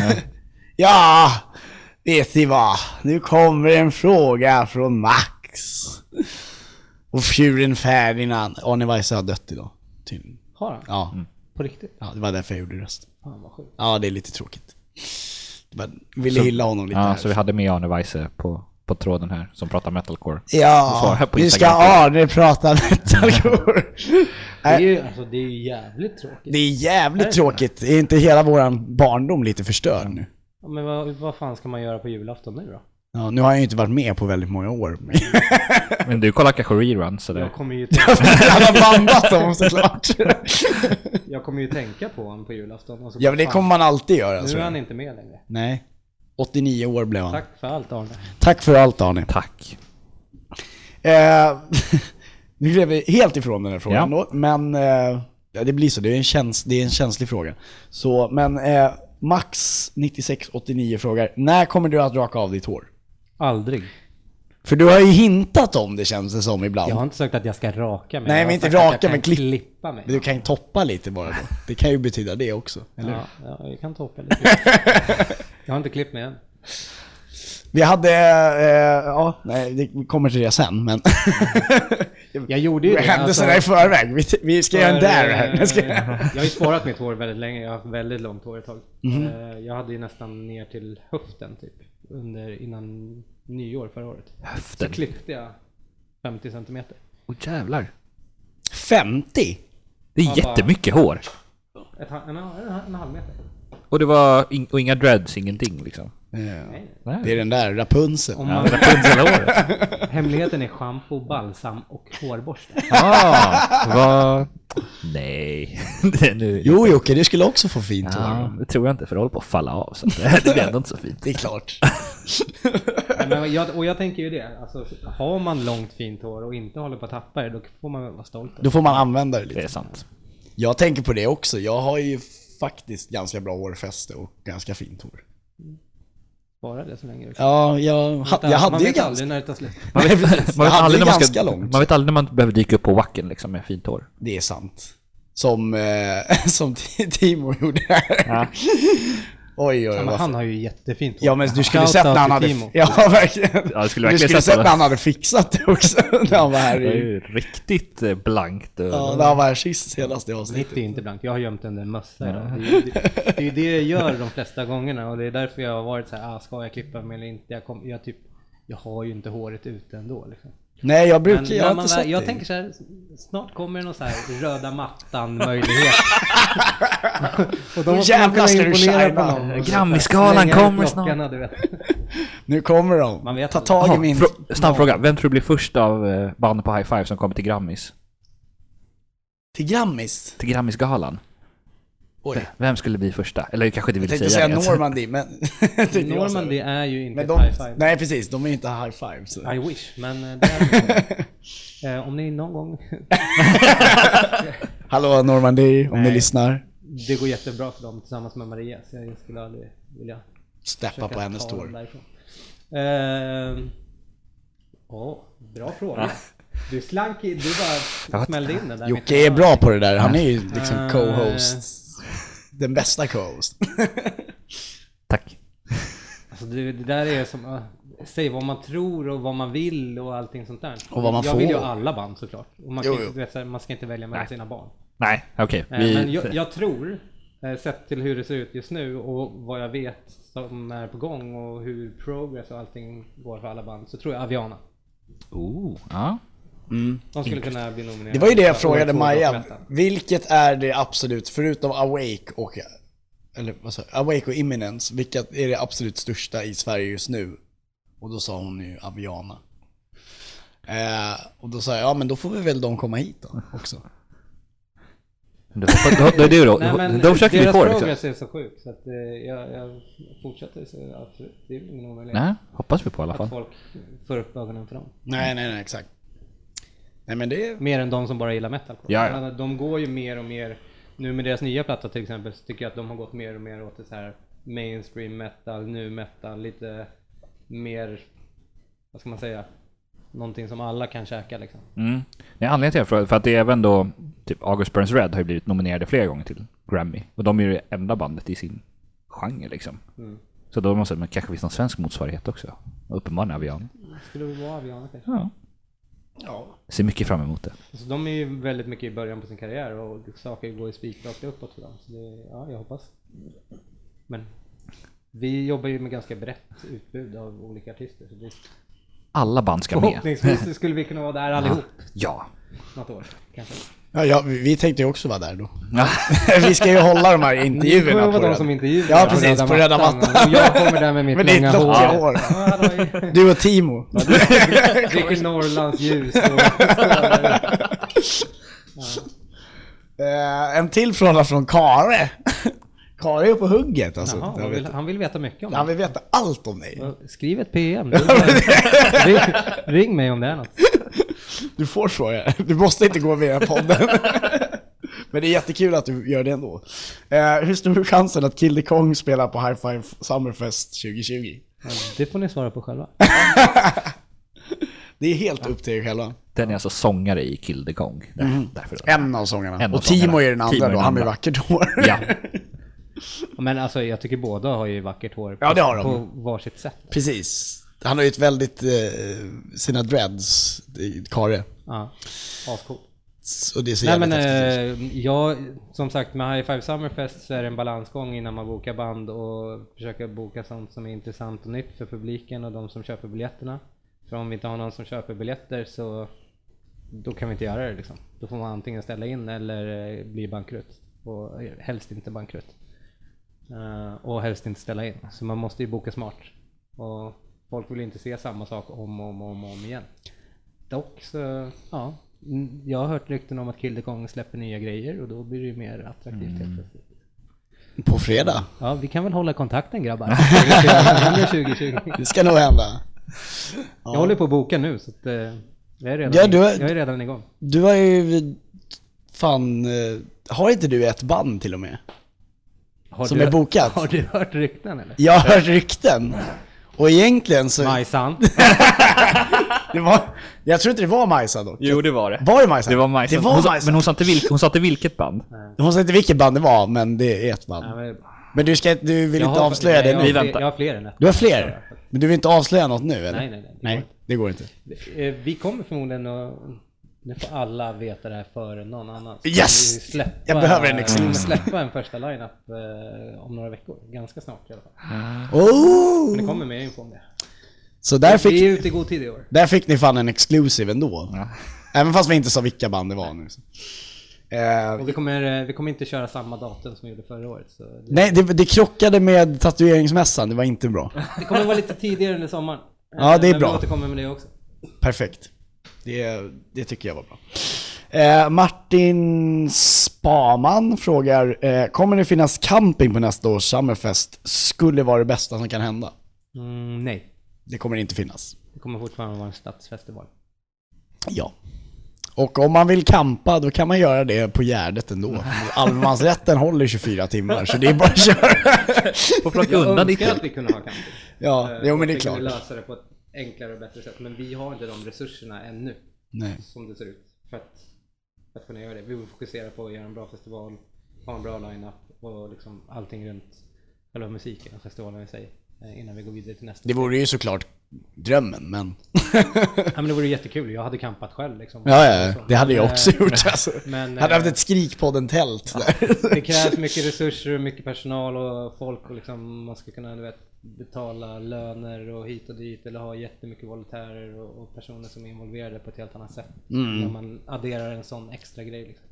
Ja, vet ni vad? Nu kommer en fråga från Max. Och tjuren Ferdinand. Arne Weise har dött idag. Tydligen. Har han? Ja. På riktigt? Ja, det var därför jag gjorde röst. Fan vad sjukt. Ja, det är lite tråkigt. Jag ville hylla honom lite Ja, här. så vi hade med Arne Weise på, på tråden här som pratar metalcore. Ja, Svara på nu ska Instagram. Arne prata metalcore. Det är ju, alltså, det är ju jävligt tråkigt. Det är jävligt Nej. tråkigt. Är inte hela våran barndom lite förstörd nu? Ja, men vad, vad fan ska man göra på julafton nu då? Ja, nu har jag ju inte varit med på väldigt många år. Men du kollar kanske reruns så det... Jag kommer ju tänka, Han har bandat dem såklart. jag kommer ju tänka på honom på julafton. Och så Ja, men det fan, kommer man alltid göra. Nu Så. är han inte med längre. Nej. åttionio år blev han. Tack, Tack för allt Arne. Tack för allt, Arne. Tack. Eh, nu blev vi helt ifrån den här frågan Ja. då. Men eh, Ja, det blir så. Det är en, käns- det är en känslig fråga. Så, men eh, Max nittiosex åttionio frågar, när kommer du att raka av ditt hår? Aldrig. För du har ju hintat om det, känns det som ibland. Jag har inte sagt att jag ska raka mig. Nej, Jag har men inte sagt att jag raka, kan men klipp- klippa mig. Men du kan ju toppa lite bara då. Det kan ju betyda det också, eller? Ja, ja, jag kan toppa lite. Jag har inte klippt mig än. Vi hade, eh, ja, nej, det kommer till det sen, men Jag gjorde ju det. händelserna alltså, i förväg. Vi, vi ska göra en för, där här. eh, Jag ska... Jag har ju sparat mitt hår väldigt länge. Jag har haft väldigt långt hår ett tag. Mhm. Eh, Jag hade ju nästan ner till höften typ under, innan nyår förra året. Höften? Så klippte jag femtio centimeter. Åh jävlar. femtio? Det är Ja, bara- jättemycket hår. Ett, ha- en, en, en halv meter. Och det var in, och inga dreads, ingenting liksom. Ja. Nej. Det är den där Rapunzeln. Om Ja, man, Rapunzel-håret. hemligheten är shampoo, balsam och hårborste. Ah, vad... Nej. Det är nu... Jo Jocke, du skulle också få fint hår. Ja, det tror jag inte, för det håller på att falla av. Så det, det blir ändå inte så fint. Det är klart. Nej, men jag, och jag tänker ju det, alltså, har man långt fint hår och inte håller på att tappa det, då får man väl vara stolt. Då får man använda det Det lite. är sant. Jag tänker på det också. Jag har ju faktiskt ganska bra hårfäste och ganska fint hår. Spara det så länge. Ja, jag, ha, jag hade man ju vet ganska... aldrig när det tar slut. Man vet, man vet, Jag hade aldrig, när man, ganska ska, långt. man vet aldrig när man behöver dyka upp på wacken liksom, med fint hår. Det är sant. Som, eh, som Timo gjorde här. Ja. Oj, oj, Ja, men vad han har ju jättefint hår. Ja, men du skulle Shout sett out när han till hade... Timo. Ja, verkligen. Ja, jag skulle Du verkligen skulle sett sett det. när han hade fixat det också. När han var här Det är i... ju riktigt eh, blankt. Och... Ja, när han var här sist senaste Mitt avsnittet. är inte blankt, jag har gömt under en mössa idag. Det är ju det, det, är ju det jag gör de flesta gångerna, och det är därför jag har varit så här, ah, ska jag klippa mig eller inte? Jag, kom, jag, typ, jag har ju inte håret ute ändå liksom. Nej, jag brukar... Men jag när har man, inte väl- sett jag det. tänker så här, snart kommer det någon så här röda mattan möjlighet. Och då måste man Jävlar kunna ska du imponera shina. på någon. Grammisgalan Slänga kommer ut snart. klockorna, du vet. Nu kommer de. Man vet Ta aldrig. tag i Aha, min... frå- snabb fråga, vem tror du blir först av eh, bandet på High Five som kommer till Grammis? Till Grammis. Till Grammisgalan? Oj. Vem skulle bli första? Eller kanske inte Jag vill tänkte säga säga det. Normandy, men... tänkte jag Normandy säga. är ju inte Men ett de, high five. nej precis, de är inte high five. Så. I wish, men eh, det är eh, om ni någon gång... Hallå Normandy, om Nej. ni lyssnar. Det går jättebra för dem tillsammans med Maria, så jag skulle aldrig vilja Steppa försöka på hennes ta dem tår. därifrån. Ehm, Åh, bra fråga. Du slank i, du bara smällde in den där. Jocke är bra på det där, han är ju liksom Eh. co-host. Den bästa co-host. Tack. Alltså det, det där är som, uh, säg vad man tror och vad man vill och allting sånt där. Och vad man jag får. vill ju alla band såklart. Och man, kan Jo, inte, jo. du vet, så här, man ska inte välja mellan Nej. sina barn. Nej, okej. Eh, Vi... Men jag, jag tror, eh, sett till hur det ser ut just nu och vad jag vet som är på gång och hur progress och allting går för alla band, så tror jag Aviana. Oh, ja. De skulle kunna bli nominerade. Det var ju det jag för frågade årets Maja. hårdrock metal. Vilket är det absolut, förutom Awake och... Eller vad sa jag? Awake och Imminence, vilket är det absolut största i Sverige just nu? Och då sa hon ju Aviana. Eh, och då sa jag, ja men då får vi väl de komma hit då också. Då, då, då, då, då, Nej, men då försöker vi deras få det. progress Liksom. är så sjuk så att eh, jag, jag fortsätter så absolut. Det är ingen omöjlighet Nej, hoppas vi på i alla att fall. folk får upp ögonen för dem. Nej, nej, nej, exakt. Nej men det är... Mer än de som bara gillar metal. Ja, ja. Men de går ju mer och mer, nu med deras nya platta till exempel, så tycker jag att de har gått mer och mer åt det så här mainstream metal, nu metal, lite mer, vad ska man säga, någonting som alla kan käka liksom. Mm. Nej, anledningen till det för, för att det är även då typ August Burns Red har ju blivit nominerade flera gånger till Grammy. Och de är ju det enda bandet i sin genre liksom. Mm. Så då måste man kanske finns någon svensk motsvarighet också. Och uppenbarligen Avian. Skulle det vara Aviana kanske? Ja. Ja. Ser mycket fram emot det. Så de är ju väldigt mycket i början på sin karriär och saker går i spikrakt uppåt för dem. Så det, ja, jag hoppas. Men vi jobbar ju med ganska brett utbud av olika artister. Så det, Alla band ska med. förhoppningsvis skulle vi kunna vara där allihop Ja. något år kanske. Ja, ja, vi vi tänkte ju också vara där då. Ja. Vi ska ju hålla de här Ni kommer intervjuerna vara på de röda. som intervjuar Ja, precis, på röda mattan. Och jag kommer där med mitt Med ditt långa lockiga hår. hår. Ja, halloj. Du och Timo. Dricker Norrlands ljus och... Eh, en till fråga från Kare. Kare är på hugget alltså. Jaha, Jag han, vet. vill, han vill veta mycket om Han det. vill veta allt om dig. Skriv ett P M. ring, ring mig om det är något. Du får fråga. Du måste inte gå med i podden. Men det är jättekul att du gör det ändå. Eh, hur stor är chansen att Kill the Kong spelar på High Five Summerfest tjugo tjugo? Ja, det får ni svara på själva. Det är helt upp till er själva. Den är alltså sångare i Kill the Kong. Där, Mm. därför En av sångarna. En av och Timo sångarna. är den andra Timo är den då, han med andra. vackert hår. Ja. Men alltså jag tycker båda har ju vackert hår på, Ja, det har de. på varsitt sätt. Precis. Han har ju ett väldigt, eh, sina dreads, Kare. Ja, ascool. Så det ser Nej jävligt men häftigt ut. eh, jag, som sagt med High Five Summerfest så är det en balansgång innan man bokar band och försöker boka sånt som är intressant och nytt för publiken och de som köper biljetterna. För om vi inte har någon som köper biljetter så då kan vi inte göra det liksom. Då får man antingen ställa in eller eh, bli bankrutt. Och helst inte bankrutt. Uh, och helst inte ställa in. Så man måste ju boka smart. Och folk vill inte se samma sak om och om, om, om igen. Dock så, ja. Mm, jag har hört rykten om att Kill the Kong släpper nya grejer och då blir det ju mer attraktivt helt plötsligt. På fredag. Ja, vi kan väl hålla kontakten grabbar. tjugo tjugo. Det ska nog hända. Jag håller på att boka nu så att, eh, jag, är redan, Ja, du har- jag är redan igång. Du har ju fan, eh, har inte du ett band till och med? Har Som du, är bokat? Har du hört rykten eller? Jag har hört rykten. Och egentligen så, Majsan. det var, jag tror inte det var Majsa dock. Jo, det var det. Var det Majsa? Det var Majsa. Det var hon sa, Majsa. men hon sa inte vilket, hon sa inte vilket band. Hon sa inte vilket band det var, men det är ett band. Ja, men, Men du, ska, du vill jag inte har- avslöja nej, det jag, nu? har Vi fler- väntar. Jag har fler än ett. Du har fler? Men du vill inte avslöja något nu eller? Nej, nej, nej. Det Nej, går det går inte. Eh, Vi kommer förmodligen att, nu får alla veta det här före någon annan. Så Yes! vi släppa, Jag behöver en exclusive. släppa en första lineup eh, om några veckor. Ganska snart i alla fall. Oh! Men det kommer mer info om det. Så där Vi fick, är ute i god tid i år. där fick ni fan en exclusive ändå. Ja. Även fast vi inte sa vilka band det var nu. Så. Eh, Och vi kommer, eh, vi kommer inte köra samma datum som vi gjorde förra året. Så det, nej, det, det krockade med tatueringsmässan, det var inte bra. det kommer vara lite tidigare under sommaren. Ja, det är Men bra. vi återkommer med det också. Perfekt. Det, det tycker jag var bra. Eh, Martin Spaman frågar, eh, kommer det finnas camping på nästa års Summerfest? Skulle vara det bästa som kan hända. Mm, nej, Det kommer inte finnas. det kommer fortfarande vara en stadsfestival. Ja. Och om man vill campa, då kan man göra det på Gärdet ändå. Allemansrätten håller tjugofyra timmar, så det är bara att köra. Får plocka Jag undan ditt. önskar att vi kunde ha camping. Ja, Eh, jo och men det är vi kunde klart. lösa det på ett enklare och bättre sätt. Men vi har inte de resurserna ännu. Nej. Som det ser ut för att, för att kunna göra det. Vi vill fokusera på att göra en bra festival, ha en bra line-up och liksom allting runt själva musiken och festivalen i sig eh, innan vi går vidare till nästa. Det vore ju såklart drömmen, men... Ja, men det vore jättekul. Jag hade campat själv liksom. Ja, ja, Så. det hade jag Men, också eh, gjort alltså. Men Jag hade haft eh, ett skrik på den tält där. det krävs mycket resurser och mycket personal och folk och liksom man ska kunna du vet, betala löner och hit och dit eller ha jättemycket volontärer och, och personer som är involverade på ett helt annat sätt när man adderar en sån extra grej liksom.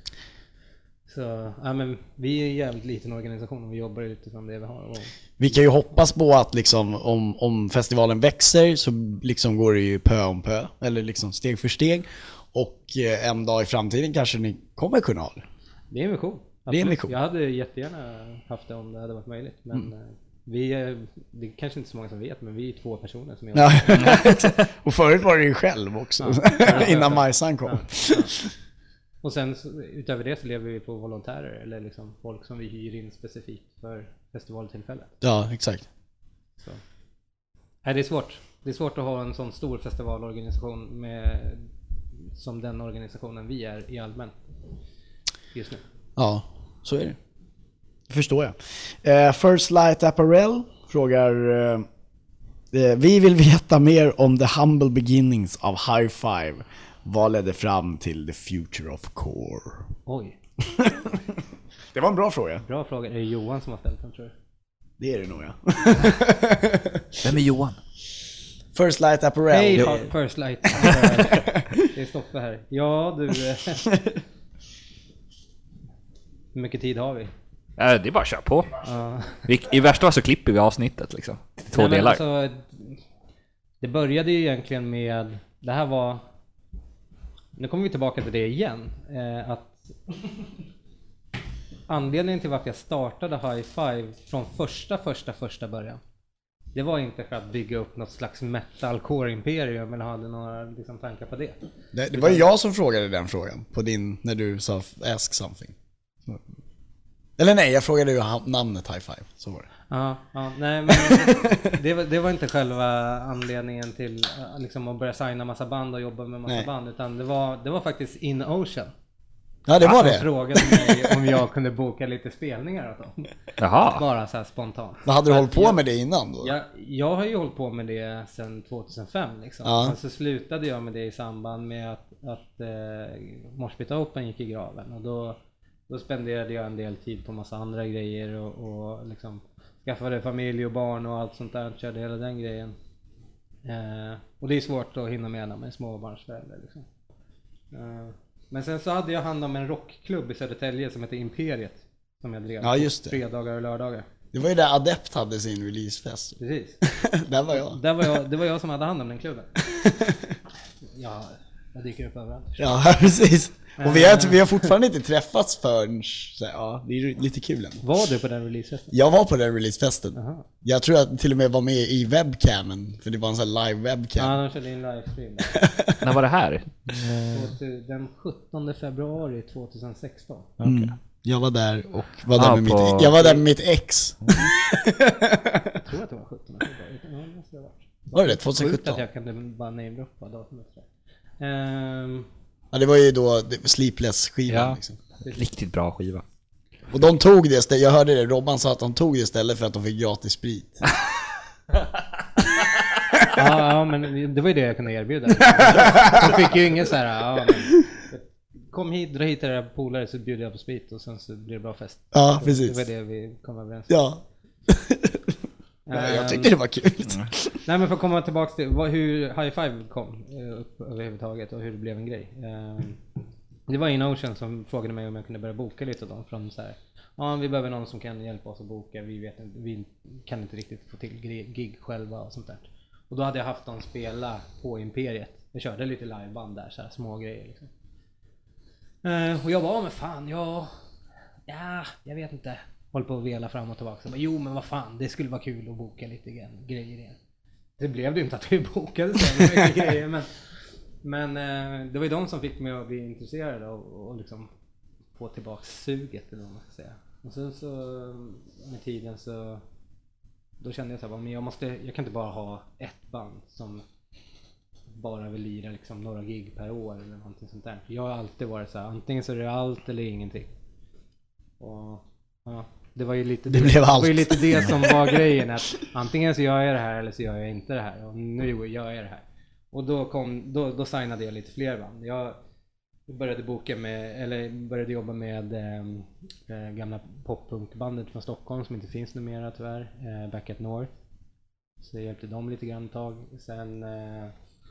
Så ja, men vi är en jävligt liten organisation och vi jobbar utifrån det vi har och, Vi kan ju hoppas på att liksom, om, om festivalen växer så liksom går det ju pö om pö, eller liksom steg för steg. Och eh, en dag i framtiden kanske ni kommer kunna ha det. det är en vision. Det är en Absolut. vision. Jag hade jättegärna haft det om det hade varit möjligt men eh, vi är, det är kanske inte så många som vet men vi är två personer som jobbar. Ja. Och förut var det ju själv också, innan Majsan kom. Ja, ja. Och sen så, utöver det så lever vi på volontärer eller liksom folk som vi hyr in specifikt för festivaltillfället. Ja, exakt. Så. Nej, det är svårt. Det är svårt att ha en sån stor festivalorganisation med, som den organisationen vi är i allmänt just nu. Ja, så är det. Det förstår jag. Eh, First Light Apparel frågar... Eh, eh, vi vill veta mer om the humble beginnings of High Five. Vad ledde fram till the future of core? Oj, Det var en bra fråga. bra fråga. Är det Johan som har ställt den tror du? Det är det nog, ja. Vem är Johan? First Light Apparel. Hej, Det- First Light. Det är Stoffe här. Ja, du. eh, Hur mycket tid har vi? Äh, det är bara att köra på. Ja. Vi, I värsta fall så klipper vi avsnittet liksom. Till två Nej, men delar. alltså, det började ju egentligen med, det här var, nu kommer vi tillbaka till det igen, eh, att anledningen till varför jag startade High Five från första, första, första början det var inte för att bygga upp något slags metalcore-imperium eller hade några liksom, tankar på det. Det, det var ju jag som frågade den frågan på din, när du sa ask something. Eller nej, jag frågade ju namnet High Five, så var det. Ja, ja nej men det, var, det var inte själva anledningen till liksom, att börja signa massa band och jobba med massa nej. band, utan det var, det var faktiskt In Ocean. Ja, det var de det. Frågade mig om jag kunde boka lite spelningar åt dem. Jaha. Bara så här spontant. Vad hade du hållit på jag, med det innan då? Jag, jag har ju hållit på med det sedan tjugohundrafem liksom. Ja. Men så slutade jag med det i samband med att, att eh, Moshpit Open gick i graven. Och då, då spenderade jag en del tid på massa andra grejer och, och liksom skaffade familj och barn och allt sånt där. Körde hela den grejen. Eh, och det är svårt att hinna med när man är småbarnsförälder liksom. Eh, Men sen så hade jag hand om en rockklubb i Södertälje som heter Imperiet. Som jag drev ja, just det. fredagar och lördagar. Det var ju där Adept hade sin releasefest. Precis. Där var jag. Där var jag. Det var jag som hade hand om den klubben. Ja, jag dyker upp överallt. Ja, precis. Och vi har, vi har fortfarande inte träffats förrän, så ja, det är lite kul ändå. Var du på den releasefesten? Jag var på den releasefesten. Aha. Jag tror att jag till och med var med i webcamen, för det var en sån här live webcam. Ja, de körde in livestream. När var det här? Den sjuttonde februari tjugohundrasexton. Mm. Okay. Jag var där och var där ah, med på... mitt, jag var där med mitt ex. Jag tror att det var sjuttonde februari. Ja, var det det? tjugohundrasjutton? Att jag kunde bara namedroppa datumet. Ehm... Ja, det var ju då Sleepless-skivan ja, liksom. Riktigt bra skiva. Och de tog det stället, jag hörde det, Robban sa att de tog det stället för att de fick gratis sprit. Ja, ja, men det var ju det jag kunde erbjuda. De fick ju ingen så här, ja, men, kom hit, dra hit era polare så bjuder jag på sprit och sen så blir det bra fest. Ja, precis. Det var det vi kom överens om. Ja. Ja, jag tyckte det var kul. Mm. Nej, men för att komma tillbaka till vad, hur High Five kom upp överhuvudtaget och hur det blev en grej. Det var In Ocean som frågade mig om jag kunde börja boka lite av dem från så här. Ja, vi behöver någon som kan hjälpa oss att boka. Vi vet inte, vi kan inte riktigt få till gig själva och sånt där. Och då hade jag haft dem spela på Imperiet. Jag körde lite liveband där, så här små grejer liksom. Och jag var med fan, ja, ja, jag vet inte. Håll på att vela fram och tillbaka. Men, jo, men vad fan, det skulle vara kul att boka lite grejer igen. Det blev det inte att vi bokade så mycket grejer, men, men eh, det var ju de som fick mig att bli intresserad och, och liksom få tillbaka suget, eller vad man ska säga. Och sen så med tiden så då kände jag så här, men jag måste, jag kan inte bara ha ett band som bara vill lira liksom några gig per år eller någonting sånt där. Jag har alltid varit så här, antingen så är det allt eller ingenting. Och ja, det var ju lite det, det, blev det allt. var ju lite det som var grejen, att antingen så gör jag det här eller så gör jag inte det här, och nu gör jag det här. Och då kom då då signade jag lite fler band. Jag började boka med eller började jobba med eh, gamla poppunkbandet från Stockholm som inte finns numera tyvärr, eh, Back at North. Så jag hjälpte dem lite grann ett tag. Sen eh,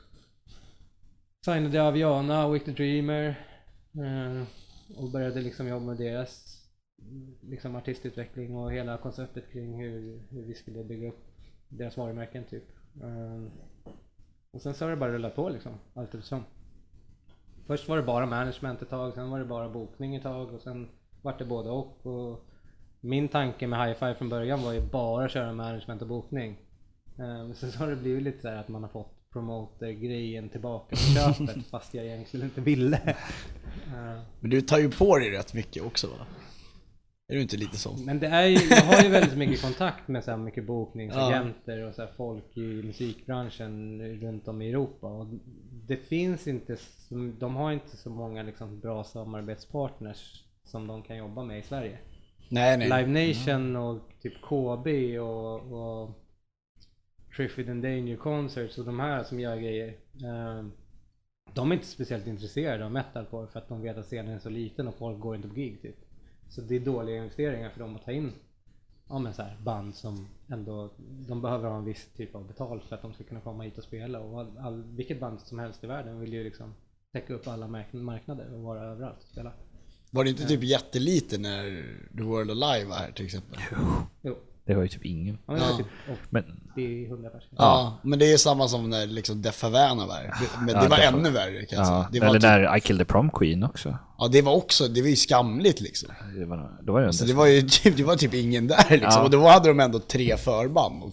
signade jag Aviana, Wick the Dreamer eh, och började liksom jobba med deras liksom artistutveckling och hela konceptet kring hur, hur vi skulle bygga upp deras varumärken typ. Um, och sen så har det bara rullat på liksom, allt eftersom. Först var det bara management ett tag, sen var det bara bokning ett tag och sen var det både och. Och min tanke med High Five från början var ju bara köra management och bokning. Um, sen så har det blivit lite så här att man har fått promoter-grejen tillbaka på köpet fast jag egentligen inte ville. Uh, Men du tar ju på dig rätt mycket också, va? Är du inte lite så? Men det är ju, jag har ju väldigt mycket kontakt med så här mycket bokningsagenter och så här folk i musikbranschen runt om i Europa, och det finns inte, de har inte så många liksom bra samarbetspartners som de kan jobba med i Sverige. Nej, nej. Live Nation och typ K B och, och Triffid and Danger Concerts och de här som gör grejer, de är inte speciellt intresserade av metalcore för att de vet att scenen är så liten och folk går inte på gig typ. Så det är dåliga investeringar för dem att ta in, ja, men så här, band som ändå, de behöver ha en viss typ av betalt för att de ska kunna komma hit och spela. Och all, all, vilket band som helst i världen vill ju liksom täcka upp alla mark- marknader och vara överallt och spela. Var det inte typ jättelite när The World Alive var här till exempel? Jo. Det var ju typ ingen. Ja, men det var Ja. typ Men det är hundra personer. Ja, men det är samma som när liksom Def Havana var här. Men Ja, det var Def- ännu värre kan jag ja, säga. Det var eller typ, när I Killed the Prom Queen också. ja, det var också, det var ju skamligt liksom. Det var, det var ju Så inte det var ju typ, det var typ ingen där liksom. Ja. Och då hade de ändå tre förband också.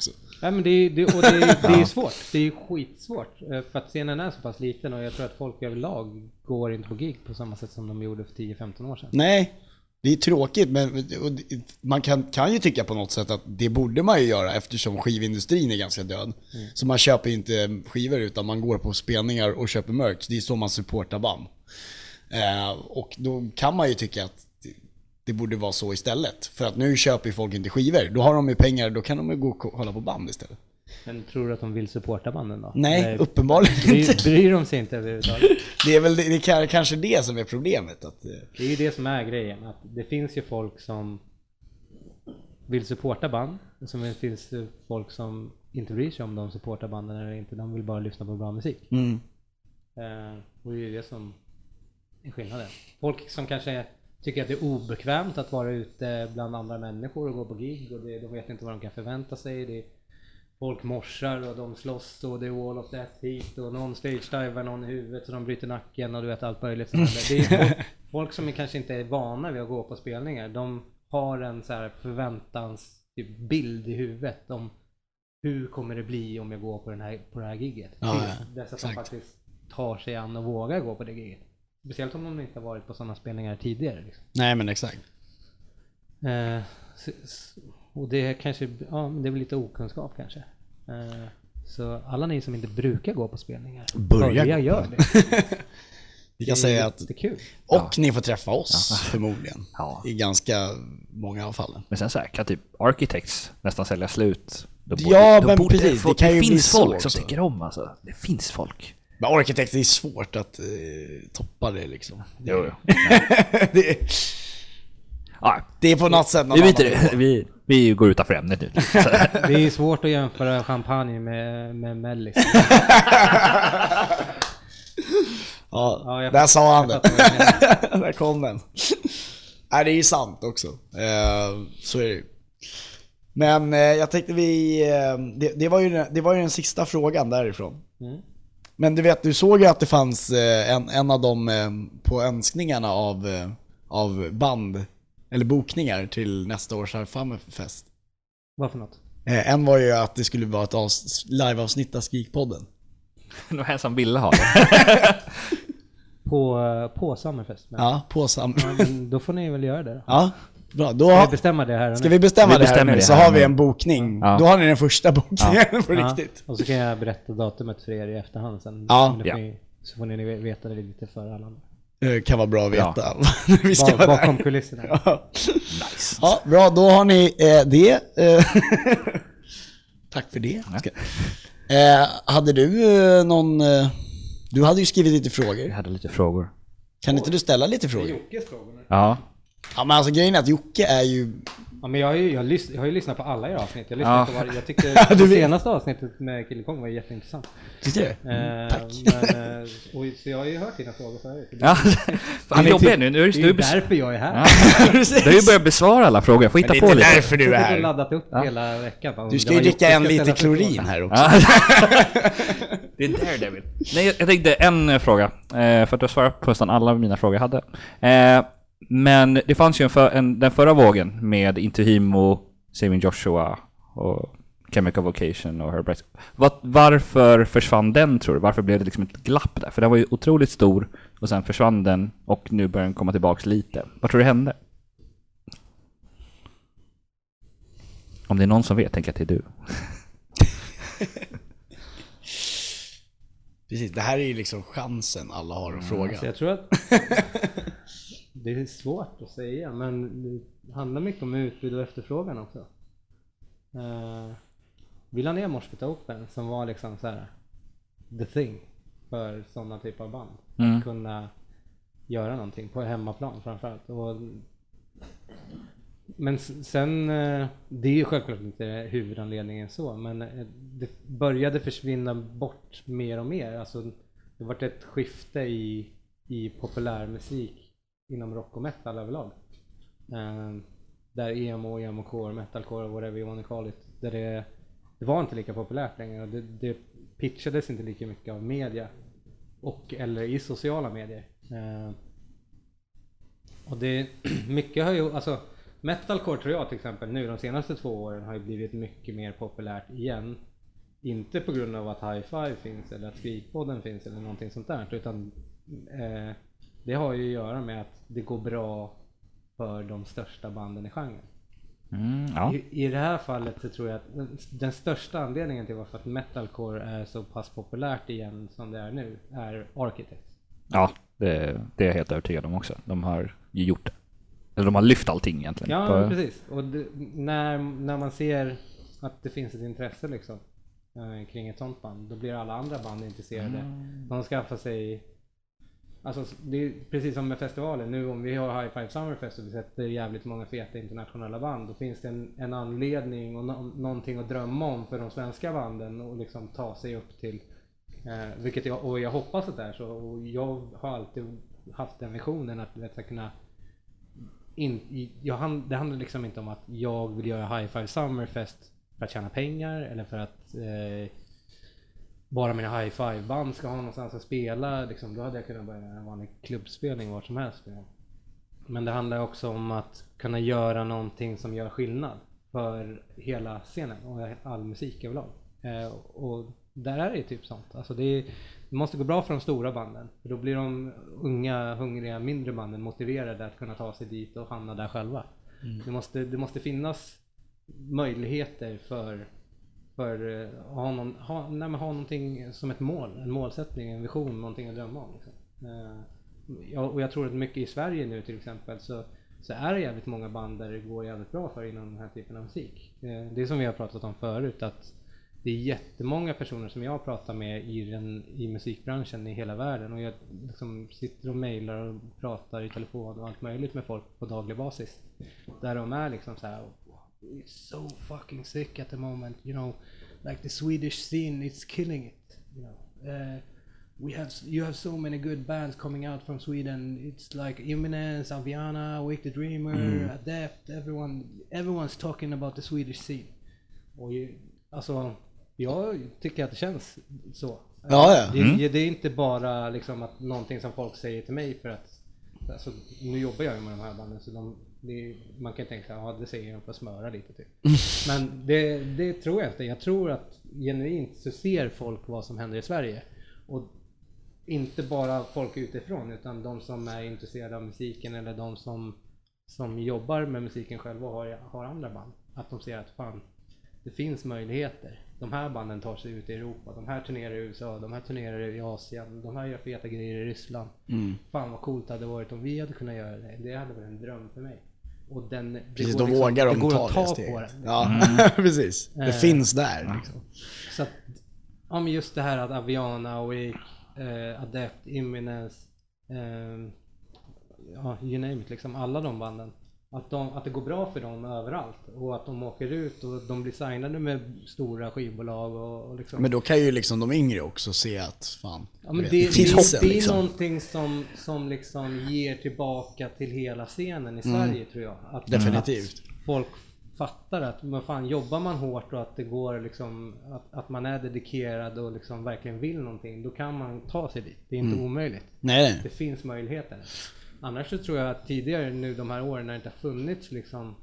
Nej, men det är, det, och det, är, det är svårt. Det är skitsvårt. För att scenen är så pass liten och jag tror att folk överlag går inte på gig på samma sätt som de gjorde för tio femton år sedan. Nej, det är tråkigt, men och man kan, kan ju tycka på något sätt att det borde man ju göra eftersom skivindustrin är ganska död. Mm. Så man köper inte skivor utan man går på spelningar och köper merch. Det är så man supportar band. Eh, och då kan man ju tycka att det borde vara så istället. För att nu köper ju folk inte skivor. Då har de ju pengar, då kan de ju gå och hålla på band istället. Men tror du att de vill supporta banden då? Nej, Eller, uppenbarligen bryr, inte. Bryr de sig inte överhuvudtaget? Det är väl det, det är kanske det som är problemet. Att, det är ju det som är grejen. Att det finns ju folk som vill supporta band. Och så finns det folk som inte bryr sig om de supportar banden eller inte. De vill bara lyssna på bra musik. Mm. Eh, och det är ju det som är skillnaden. Folk som kanske tycker att det är obekvämt att vara ute bland andra människor och gå på gig. Och det, de vet inte vad de kan förvänta sig. Det är, folk morsar och de slåss och det är all of death hit och någon stage-divar någon i huvudet så de bryter nacken och du vet allt möjligt. Det är folk, folk som kanske inte är vana vid att gå på spelningar. De har en så här förväntans typ bild i huvudet om hur kommer det bli om jag går på, den här, på det här gigget. Ja, ja, dessa som faktiskt tar sig an och vågar gå på det gigget. Speciellt om de inte har varit på sådana spelningar tidigare. Liksom. Nej, men exakt. Eh, så, och det är kanske, ja, det är väl lite okunskap kanske. Eh, så alla ni som inte brukar gå på spelningar, börja, börja gör det. Vi kan säga att det är kul. och Ja. ni får träffa oss Ja. förmodligen. Ja. I ganska många av fallen. Men sen så här, kan typ Architects nästan sälja slut. Då Ja, då men borde precis, folk, det kan ju det bli finns så folk också. som tycker om alltså. Det finns folk. Men Architect, det är svårt att eh, toppa det liksom. Jo, jo. det, Ja, det är på något sätt någon vi, byter, annan nivå. vi, vi går utanför ämnet nu. Det är svårt att jämföra champagne med, med Mellis. Ja, Ja, jag där fattar- sa han jag det. fattar vad Där kom den. Nej, det är ju sant också. Eh, så är det ju. Men eh, jag tänkte vi... Eh, det, det, var ju, den- det var ju den sista frågan därifrån. Mm. Men du vet, du såg ju att det fanns eh, en, en av de eh, på önskningarna av, eh, av band eller bokningar till nästa års Harfammerfest. Vad för något? Eh, en var ju att det skulle vara ett avs- liveavsnitt av Skrikpodden. Det var en som ville ha det. På, på Summerfest. Men. Ja, på sam... Ja, men då får ni väl göra det då. Ja, bra. Då Ska har... vi bestämma det här och Ska nu? vi bestämma Vi det här bestämmer nu det så här har vi nu. en bokning. Ja. Då har ni den första bokningen på Ja, riktigt. och så kan jag berätta datumet för er i efterhand sen. Ja. Så får Ja. ni, så får ni veta det lite för alla andra. Det kan vara bra att Ja. veta. vi ska Ba- vara bakom där. kulisserna. Ja. Nice. Ja, bra. Då har ni eh, det. Eh, Tack för det. Ska... Eh, hade du eh, någon... Eh, du hade ju skrivit lite Jag frågor. hade lite frågor. Kan inte du ställa lite frågor? Jockes frågor nu. Ja. Ja, men alltså grejen är att Jocke är ju... Ja, men jag har, ju, jag, har lys- jag har ju lyssnat på alla era avsnitt. Jag, lyssnade Ja. på var, jag tyckte Ja, du det vet. senaste avsnittet med Kille Kong var jätteintressant. Tyckte du? Eh, Tack. Men, eh, och, så jag har ju hört dina frågor förut. Ja. Han är jobbig nu. Nu är det Det är ju du bes- därför jag är här. Ja. Du har ju börjat besvara alla frågor. Jag får hitta Men på det är inte lite. därför du är Jag har här. laddat upp Ja. hela veckan. Bara, Du ska det ju var dricka Jocke en ska liter ställa för klorin fråga. här också. Ja. Det är Daredevil. Nej, jag- jag tänkte en eh, fråga. Eh, för att du har svarat på nästan alla mina frågor jag hade. Eh, men det fanns ju en, för, en den förra vågen med Intuhimo, Saving Joshua och Chemical Vocation och Herbert. Vad, varför försvann den, tror du? Varför blev det liksom ett glapp där? För den var ju otroligt stor och sen försvann den och nu börjar den komma tillbaka lite. Vad tror du hände? Om det är någon som vet, tänker jag att det är du. Precis, det här är ju liksom chansen alla har att fråga. Så jag tror att det är svårt att säga, men det handlar mycket om utbud och efterfrågan också. Uh, vi la ner Moshpit Open som var liksom så här the thing för sådana typer av band. Mm. Att kunna göra någonting på hemmaplan framförallt. Och, men s- sen, eh, det är ju självklart inte huvudanledningen så, men eh, det började försvinna bort mer och mer. Alltså, det var ett skifte i, i populärmusik inom rock och metal överlag. Eh, där emo, emo-core, metalcore, whatever you wanna call it, där det, det var inte lika populärt längre. Och det, det pitchades inte lika mycket av media och eller i sociala medier. Eh, och det mycket har ju, alltså metalcore tror jag till exempel nu de senaste två åren har ju blivit mycket mer populärt igen. Inte på grund av att Hi-Fi finns eller att Skrikpodden finns eller någonting sånt där, utan eh, det har ju att göra med att det går bra för de största banden i genren. Mm, ja. I, I det här fallet så tror jag att den, den största anledningen till varför att metalcore är så pass populärt igen som det är nu är Architects. Ja, det, det är jag helt övertygad om också. De har ju gjort det. Eller de har lyft allting egentligen. Ja, På... precis. Och det, när, när man ser att det finns ett intresse liksom eh, kring ett sånt band, då blir alla andra band intresserade. Mm. De skaffar sig... Alltså det är precis som med festivalen. Nu om vi har High Five Summer Fest och vi sätter jävligt många feta internationella band, då finns det en, en anledning och no- någonting att drömma om för de svenska banden och liksom ta sig upp till eh, vilket jag, och jag hoppas att det är så, och jag har alltid haft den visionen att jag ska kunna in, jag, det handlar liksom inte om att jag vill göra High Five Summer Fest för att tjäna pengar eller för att eh, bara mina high five band ska ha någonstans att spela liksom, då hade jag kunnat börja en vanlig klubbspelning vart som helst. Men det handlar också om att kunna göra någonting som gör skillnad för hela scenen och all musik överlag. Eh, och där är det typ sånt. Alltså det, är, det måste gå bra för de stora banden, för då blir de unga, hungriga, mindre banden motiverade att kunna ta sig dit och hamna där själva. Mm. Det måste, det måste finnas möjligheter för för att ha, någon, ha, nej, men ha någonting som ett mål, en målsättning, en vision, någonting att drömma om liksom. uh, ja, och jag tror att mycket i Sverige nu till exempel så, så är det jävligt många band där det går jävligt bra för inom den här typen av musik. uh, det är som vi har pratat om förut, att det är jättemånga personer som jag pratar med i, den, i musikbranschen i hela världen, och jag liksom sitter och mejlar och pratar i telefon och allt möjligt med folk på daglig basis där de är liksom så här: it's so fucking sick at the moment, you know, like the Swedish scene, it's killing it, you know. Uh, we have, you have so many good bands coming out from Sweden. It's like Imminence, Aviana, Wake the Dreamer, mm. Adept, everyone, everyone's talking about the Swedish scene. Och ju, alltså, jag tycker att det känns så. Ja, ja. Mm. Det, det är inte bara liksom att någonting som folk säger till mig för att, alltså, nu jobbar jag ju med de här banden så de Det, man kan tänka att ja, det säger jag för att smöra lite till. Men det, det tror jag inte. Jag tror att genuint så ser folk vad som händer i Sverige. Och inte bara folk utifrån, utan de som är intresserade av musiken eller de som, som jobbar med musiken själva och har, har andra band. Att de ser att fan, det finns möjligheter. De här banden tar sig ut i Europa, de här turnerar i U S A, de här turnerar i Asien, de här gör feta grejer i Ryssland. Mm. Fan vad coolt det hade varit om vi hade kunnat göra det. Det hade varit en dröm för mig. Och den, precis, då liksom, vågar de det går ta att ta det på den. Ja, mm. precis. Det eh, finns där. Liksom. Så att, ja, men just det här att Aviana, Awake, eh, Adept, Imminence, eh, ja, you name it, liksom alla de banden. Att, de, att det går bra för dem överallt och att de åker ut och de blir signade med stora skivbolag och, och liksom. Men då kan ju liksom de yngre också se att fan, ja, men det, det finns hopp, det är liksom. någonting som, som liksom ger tillbaka till hela scenen i Sverige, mm. tror jag. Att, definitivt. Att folk fattar att man fan, jobbar man hårt och att det går liksom, att, att man är dedikerad och liksom verkligen vill någonting, då kan man ta sig dit. Det är inte mm. omöjligt. Nej, nej. Det finns möjligheter. Annars så tror jag att tidigare nu de här åren när det inte har funnits liksom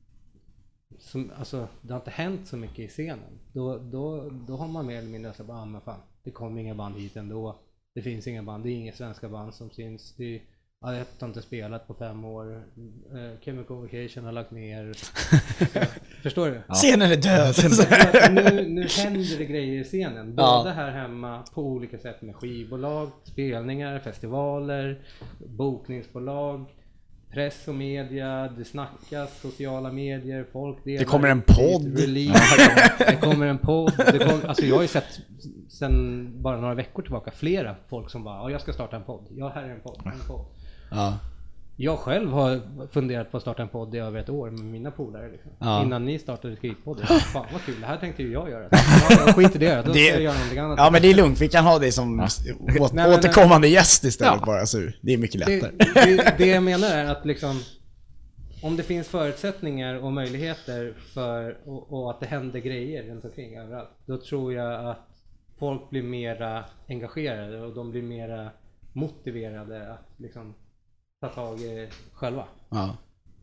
som, alltså det har inte hänt så mycket i scenen, då, då, då har man mer eller mindre så bara, ah, men fan, det kommer inga band hit ändå, det finns inga band, det är inga svenska band som syns, det jag har inte spelat på fem år, uh, Chemical Vacation har lagt ner. Förstår du? Ja. Scenen är död. nu, nu händer det grejer i scenen, både ja. här hemma på olika sätt med skivbolag, spelningar, festivaler, bokningsbolag, press och media, det snackas, sociala medier, folk delar. Det kommer en podd. Det kommer en podd. Det kom, alltså jag har ju sett sen bara några veckor tillbaka flera folk som bara, ja, jag ska starta en podd. Ja, här är en podd. En podd. Ja. Jag själv har funderat på att starta en podd i över ett år med mina polare liksom. Ja. Innan ni startade Skrikpodden. Fan vad kul, det här tänkte ju jag göra. Jag skiter i det, då ska det, jag göra någonting annat. Ja, men det är lugnt, vi kan ha det som ja. å, Nej, återkommande men, gäst istället ja. bara, så det är mycket lättare. Det, det, det jag menar är att liksom, om det finns förutsättningar och möjligheter för, och, och att det händer grejer runt omkring överallt, då tror jag att folk blir mera engagerade och de blir mera motiverade att liksom ta tag i själva. Ja.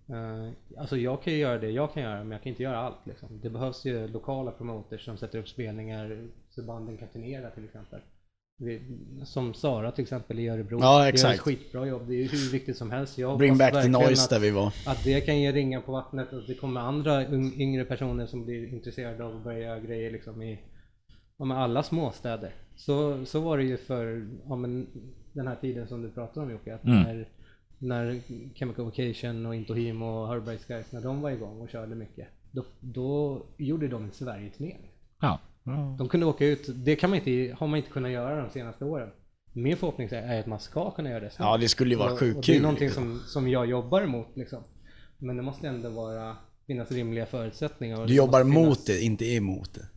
Uh, alltså jag kan ju göra det jag kan göra, men jag kan inte göra allt liksom. Det behövs ju lokala promoters som sätter upp spelningar så banden kan turnera till exempel. Vi, som Sara till exempel i Örebro. Ja, exakt. Det är ett skitbra jobb, det är ju hur viktigt som helst. Jag Bring back the verkligen noise att, där vi var. att det kan ge ringar på vattnet och det kommer andra yngre personer som blir intresserade av att börja göra grejer liksom i ja, med alla småstäder. Så, så var det ju för ja, men, den här tiden som du pratar om, Jocke, att Mm. när, när Chemical Vacation och Intohim och Herberg Skies, när de var igång och körde mycket, då, då gjorde de en Sverige-turné. Ja. De kunde åka ut, det kan man inte, har man inte kunnat göra de senaste åren. Min förhoppning är att man ska kunna göra det snart. Ja, det skulle ju vara och, sjukt och det är kul, någonting liksom. som, som jag jobbar emot liksom. Men det måste ändå vara, finnas rimliga förutsättningar. Du jobbar måste mot finnas... det, inte emot det.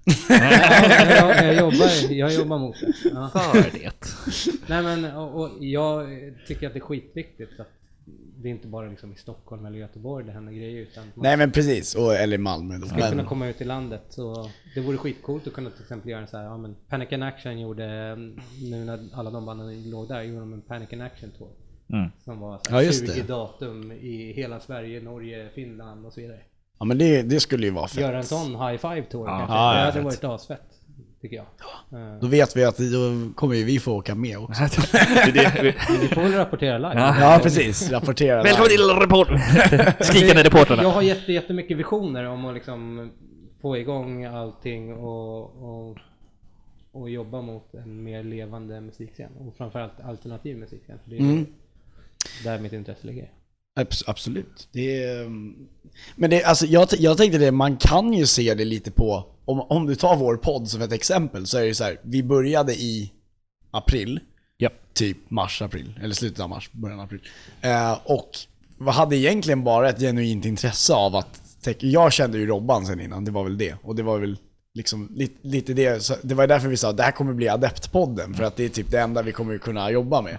jag, jag, jobbar, jag jobbar mot det. Ja. För det. Nej men, och, och jag tycker att det är skitviktigt att det är inte bara liksom i Stockholm eller Göteborg det händer grejer, utan man Nej men precis, och, eller Malmö då. ska Men, kunna komma ut i landet. Så det vore skitcoolt att kunna till exempel göra en så här, ja men Panic and Action gjorde, nu när alla de banden låg där, gjorde de en Panic and Action tour. Mm. Som var så Ja, här just tjugo det. datum i hela Sverige, Norge, Finland och så vidare. ja men det, det skulle ju vara fett. Göra en sån high five tour Ja. kanske. Ja, det ja, hade fett. varit asfett, tycker jag. Eh, Då vet vi att då kommer ju vi få åka med också. Det är det. Men vi får väl rapportera live. Ja. Ja precis, rapportera. Välkommen till report. Skrikande reportrarna. Jag har jätte, jättemycket visioner om att liksom få igång allting och, och, och jobba mot en mer levande musikscen. Och framförallt alternativ musikscen. För det är Mm. där mitt intresse ligger. Abs- Absolut. Det är, men det, alltså, jag, t- jag tänkte det, man kan ju se det lite på, om, om du tar vår podd som ett exempel, så är det så här, vi började i april, Japp. typ mars, april, eller slutet av mars, början av april. Eh, och vad hade egentligen bara ett genuint intresse av att, te- jag kände ju Robban sen innan, det var väl det, och det var väl liksom lite, lite det, så det var därför vi sa att det här kommer bli Adeptpodden, för att det är typ det enda vi kommer kunna jobba med.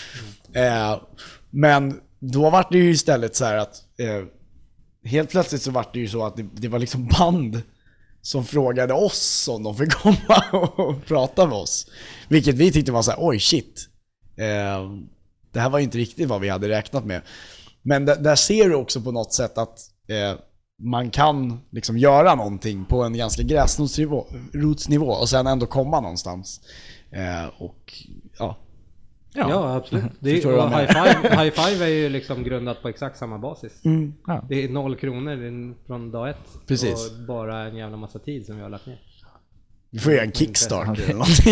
Eh, men då var det ju istället så här att eh, helt plötsligt så var det ju så att det, det var liksom band som frågade oss om de fick komma och prata med oss. Vilket vi tyckte var så här: oj shit. Eh, det här var ju inte riktigt vad vi hade räknat med. Men d- där ser du också på något sätt att eh, man kan liksom göra någonting på en ganska gräsrotsnivå rotsnivå och sen ändå komma någonstans. Eh, och ja. Ja, ja absolut. Det Förstår är, du och vad jag high, five, high Five är ju liksom grundat på exakt samma basis. Ja. Det är noll kronor från dag ett. Precis. Och bara en jävla massa tid som vi har lagt ner. Vi får göra en Kickstarter eller någonting.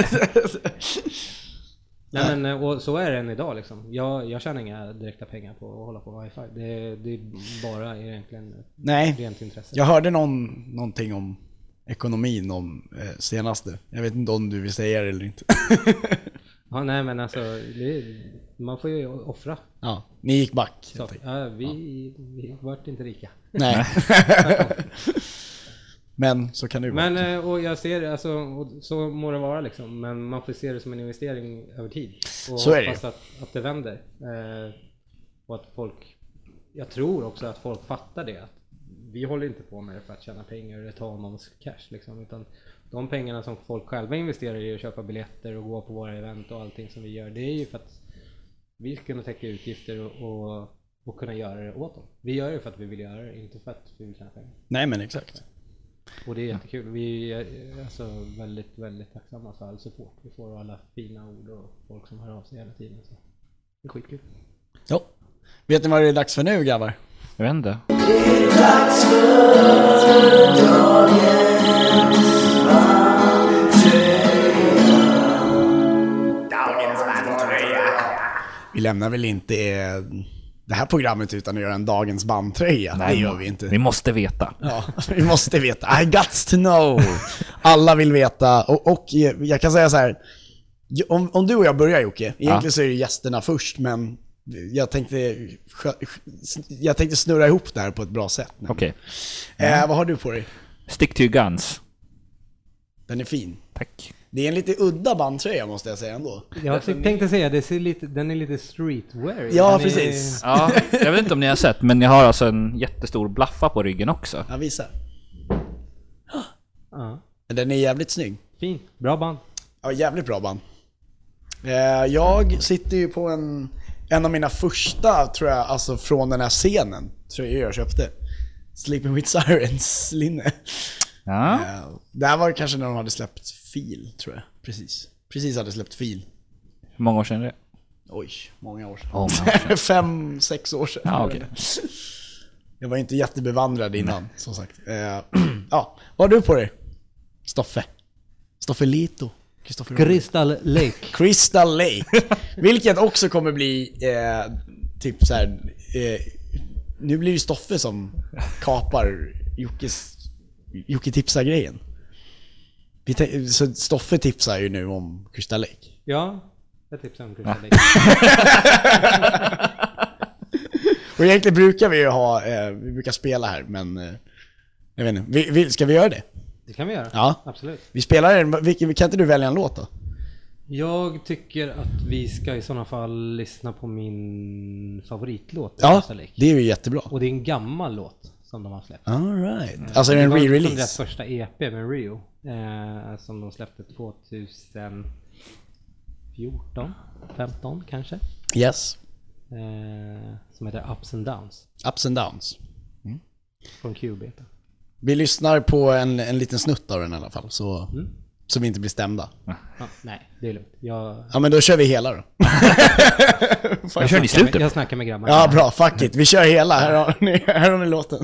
Nej, men och så är det än idag liksom. Jag, jag tjänar inga direkta pengar på att hålla på wifi. Det, det är bara egentligen Nej, rent intresse. jag hörde någon, någonting om ekonomin om eh, senaste. Jag vet inte om du vill säga det eller inte. Ja, nej men alltså, det, man får ju offra. Ja, ni gick back. Så, ja, vi, vi vart inte rika. Nej. Men så kan det ju vara. Men eh, och jag ser alltså, och så må det vara liksom. Men man får se det som en investering över tid. Och Så är det hoppas att, att det vänder. Eh, och att folk, jag tror också att folk fattar det. Att vi håller inte på med det för att tjäna pengar eller ta någons cash liksom. Utan de pengarna som folk själva investerar i att köpa biljetter och gå på våra event och allting som vi gör. Det är ju för att vi ska kunna täcka utgifter och, och, och kunna göra det åt dem. Vi gör det för att vi vill göra det, inte för att vi vill tjäna pengar. Nej men exakt. Och det är jättekul. Vi är alltså väldigt, väldigt tacksamma för all support. Vi får alla fina ord och folk som hör av sig hela tiden. Så det är skitkul. Ja. Vet ni vad det är dags för nu, grabbar? Jag vet inte. Vi lämnar väl inte eh, det här programmet utan att göra en dagens bandtröja. Det gör vi inte. Vi måste veta. Ja, vi måste veta. I got to know. Alla vill veta. Och, och jag kan säga så här. Om, om du och jag börjar, Jocke. Egentligen Ja. så är det gästerna först. Men jag tänkte, jag tänkte snurra ihop det här på ett bra sätt. Okej. Eh, vad har du på dig? Stick to your guns. Den är fin. Tack. Det är en lite udda bandtröja måste jag säga ändå. Jag tänkte säga, det ser lite, den är lite streetwear. Ja, den precis. Är, Ja, jag vet inte om ni har sett, men jag har alltså en jättestor blaffa på ryggen också. Jag visar. ja, Den är jävligt snygg. fin. Bra band. Ja, jävligt bra band. Eh, jag sitter ju på en en av mina första, tror jag, alltså från den här scenen, tror jag jag köpte. Sleeping with Sirens linne. Ja. Uh, det här var kanske när de hade släppt fil, tror jag. Precis. Precis hade släppt fil. Hur många år sedan är det? Oj, många år sedan. Oh, många år sedan. Fem, sex år sedan. Ja, okay. Jag var inte jättebevandrad innan, mm. som sagt. Uh, ja, vad har du på dig? Stoffe. Stoffe Lito. Crystal Lake. Crystal Lake. Vilket också kommer bli eh, typ så här. Eh, nu blir det Stoffe som kapar Jockes, Jocke tipsar grejen. Vi te- så Stoffe tipsar ju nu om Crystal Lake. Ja, jag tipsar om Crystal Lake. Och egentligen brukar vi ju ha, eh, vi brukar spela här, men eh, jag vet inte, vi, vi, ska vi göra det? Det kan vi göra, ja. Absolut. Vi spelar en, vilken, kan inte du välja en låt då? Jag tycker att vi ska i sådana fall lyssna på min favoritlåt. Ja, det är ju jättebra. Och det är en gammal låt som de har släppt. All right. Alltså det är en re-release. Det var deras första E P med Rio. Eh, som de släppte tjugohundrafjorton, femton kanske. Yes. Eh, som heter Ups and Downs. Ups and Downs. Mm. Från Q-B. Vi lyssnar på en, en liten snutt av den i alla fall, så, mm. så vi inte blir stämda. Ja, nej, det är lugnt. Jag... Ja, men då kör vi hela då. Jag kör i slutet. Jag snackar med grabbarna. Ja, bra. Fuck it. Vi kör hela. Här har ni, här har ni låten.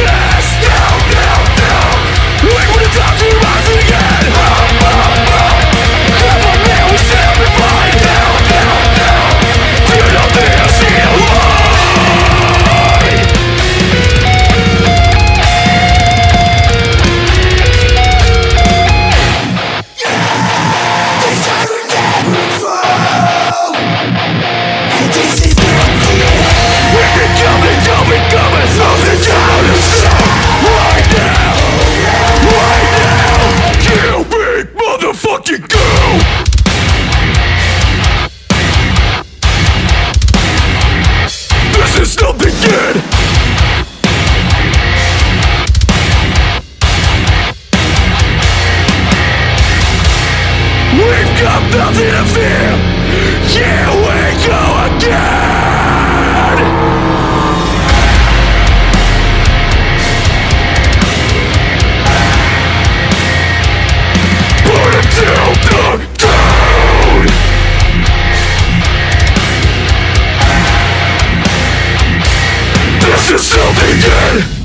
Down, down, down. Wait for the time to rise again. fucking go. This is nothing good. We've got nothing to fear. Here we go again. Put it down the ground. This is something good.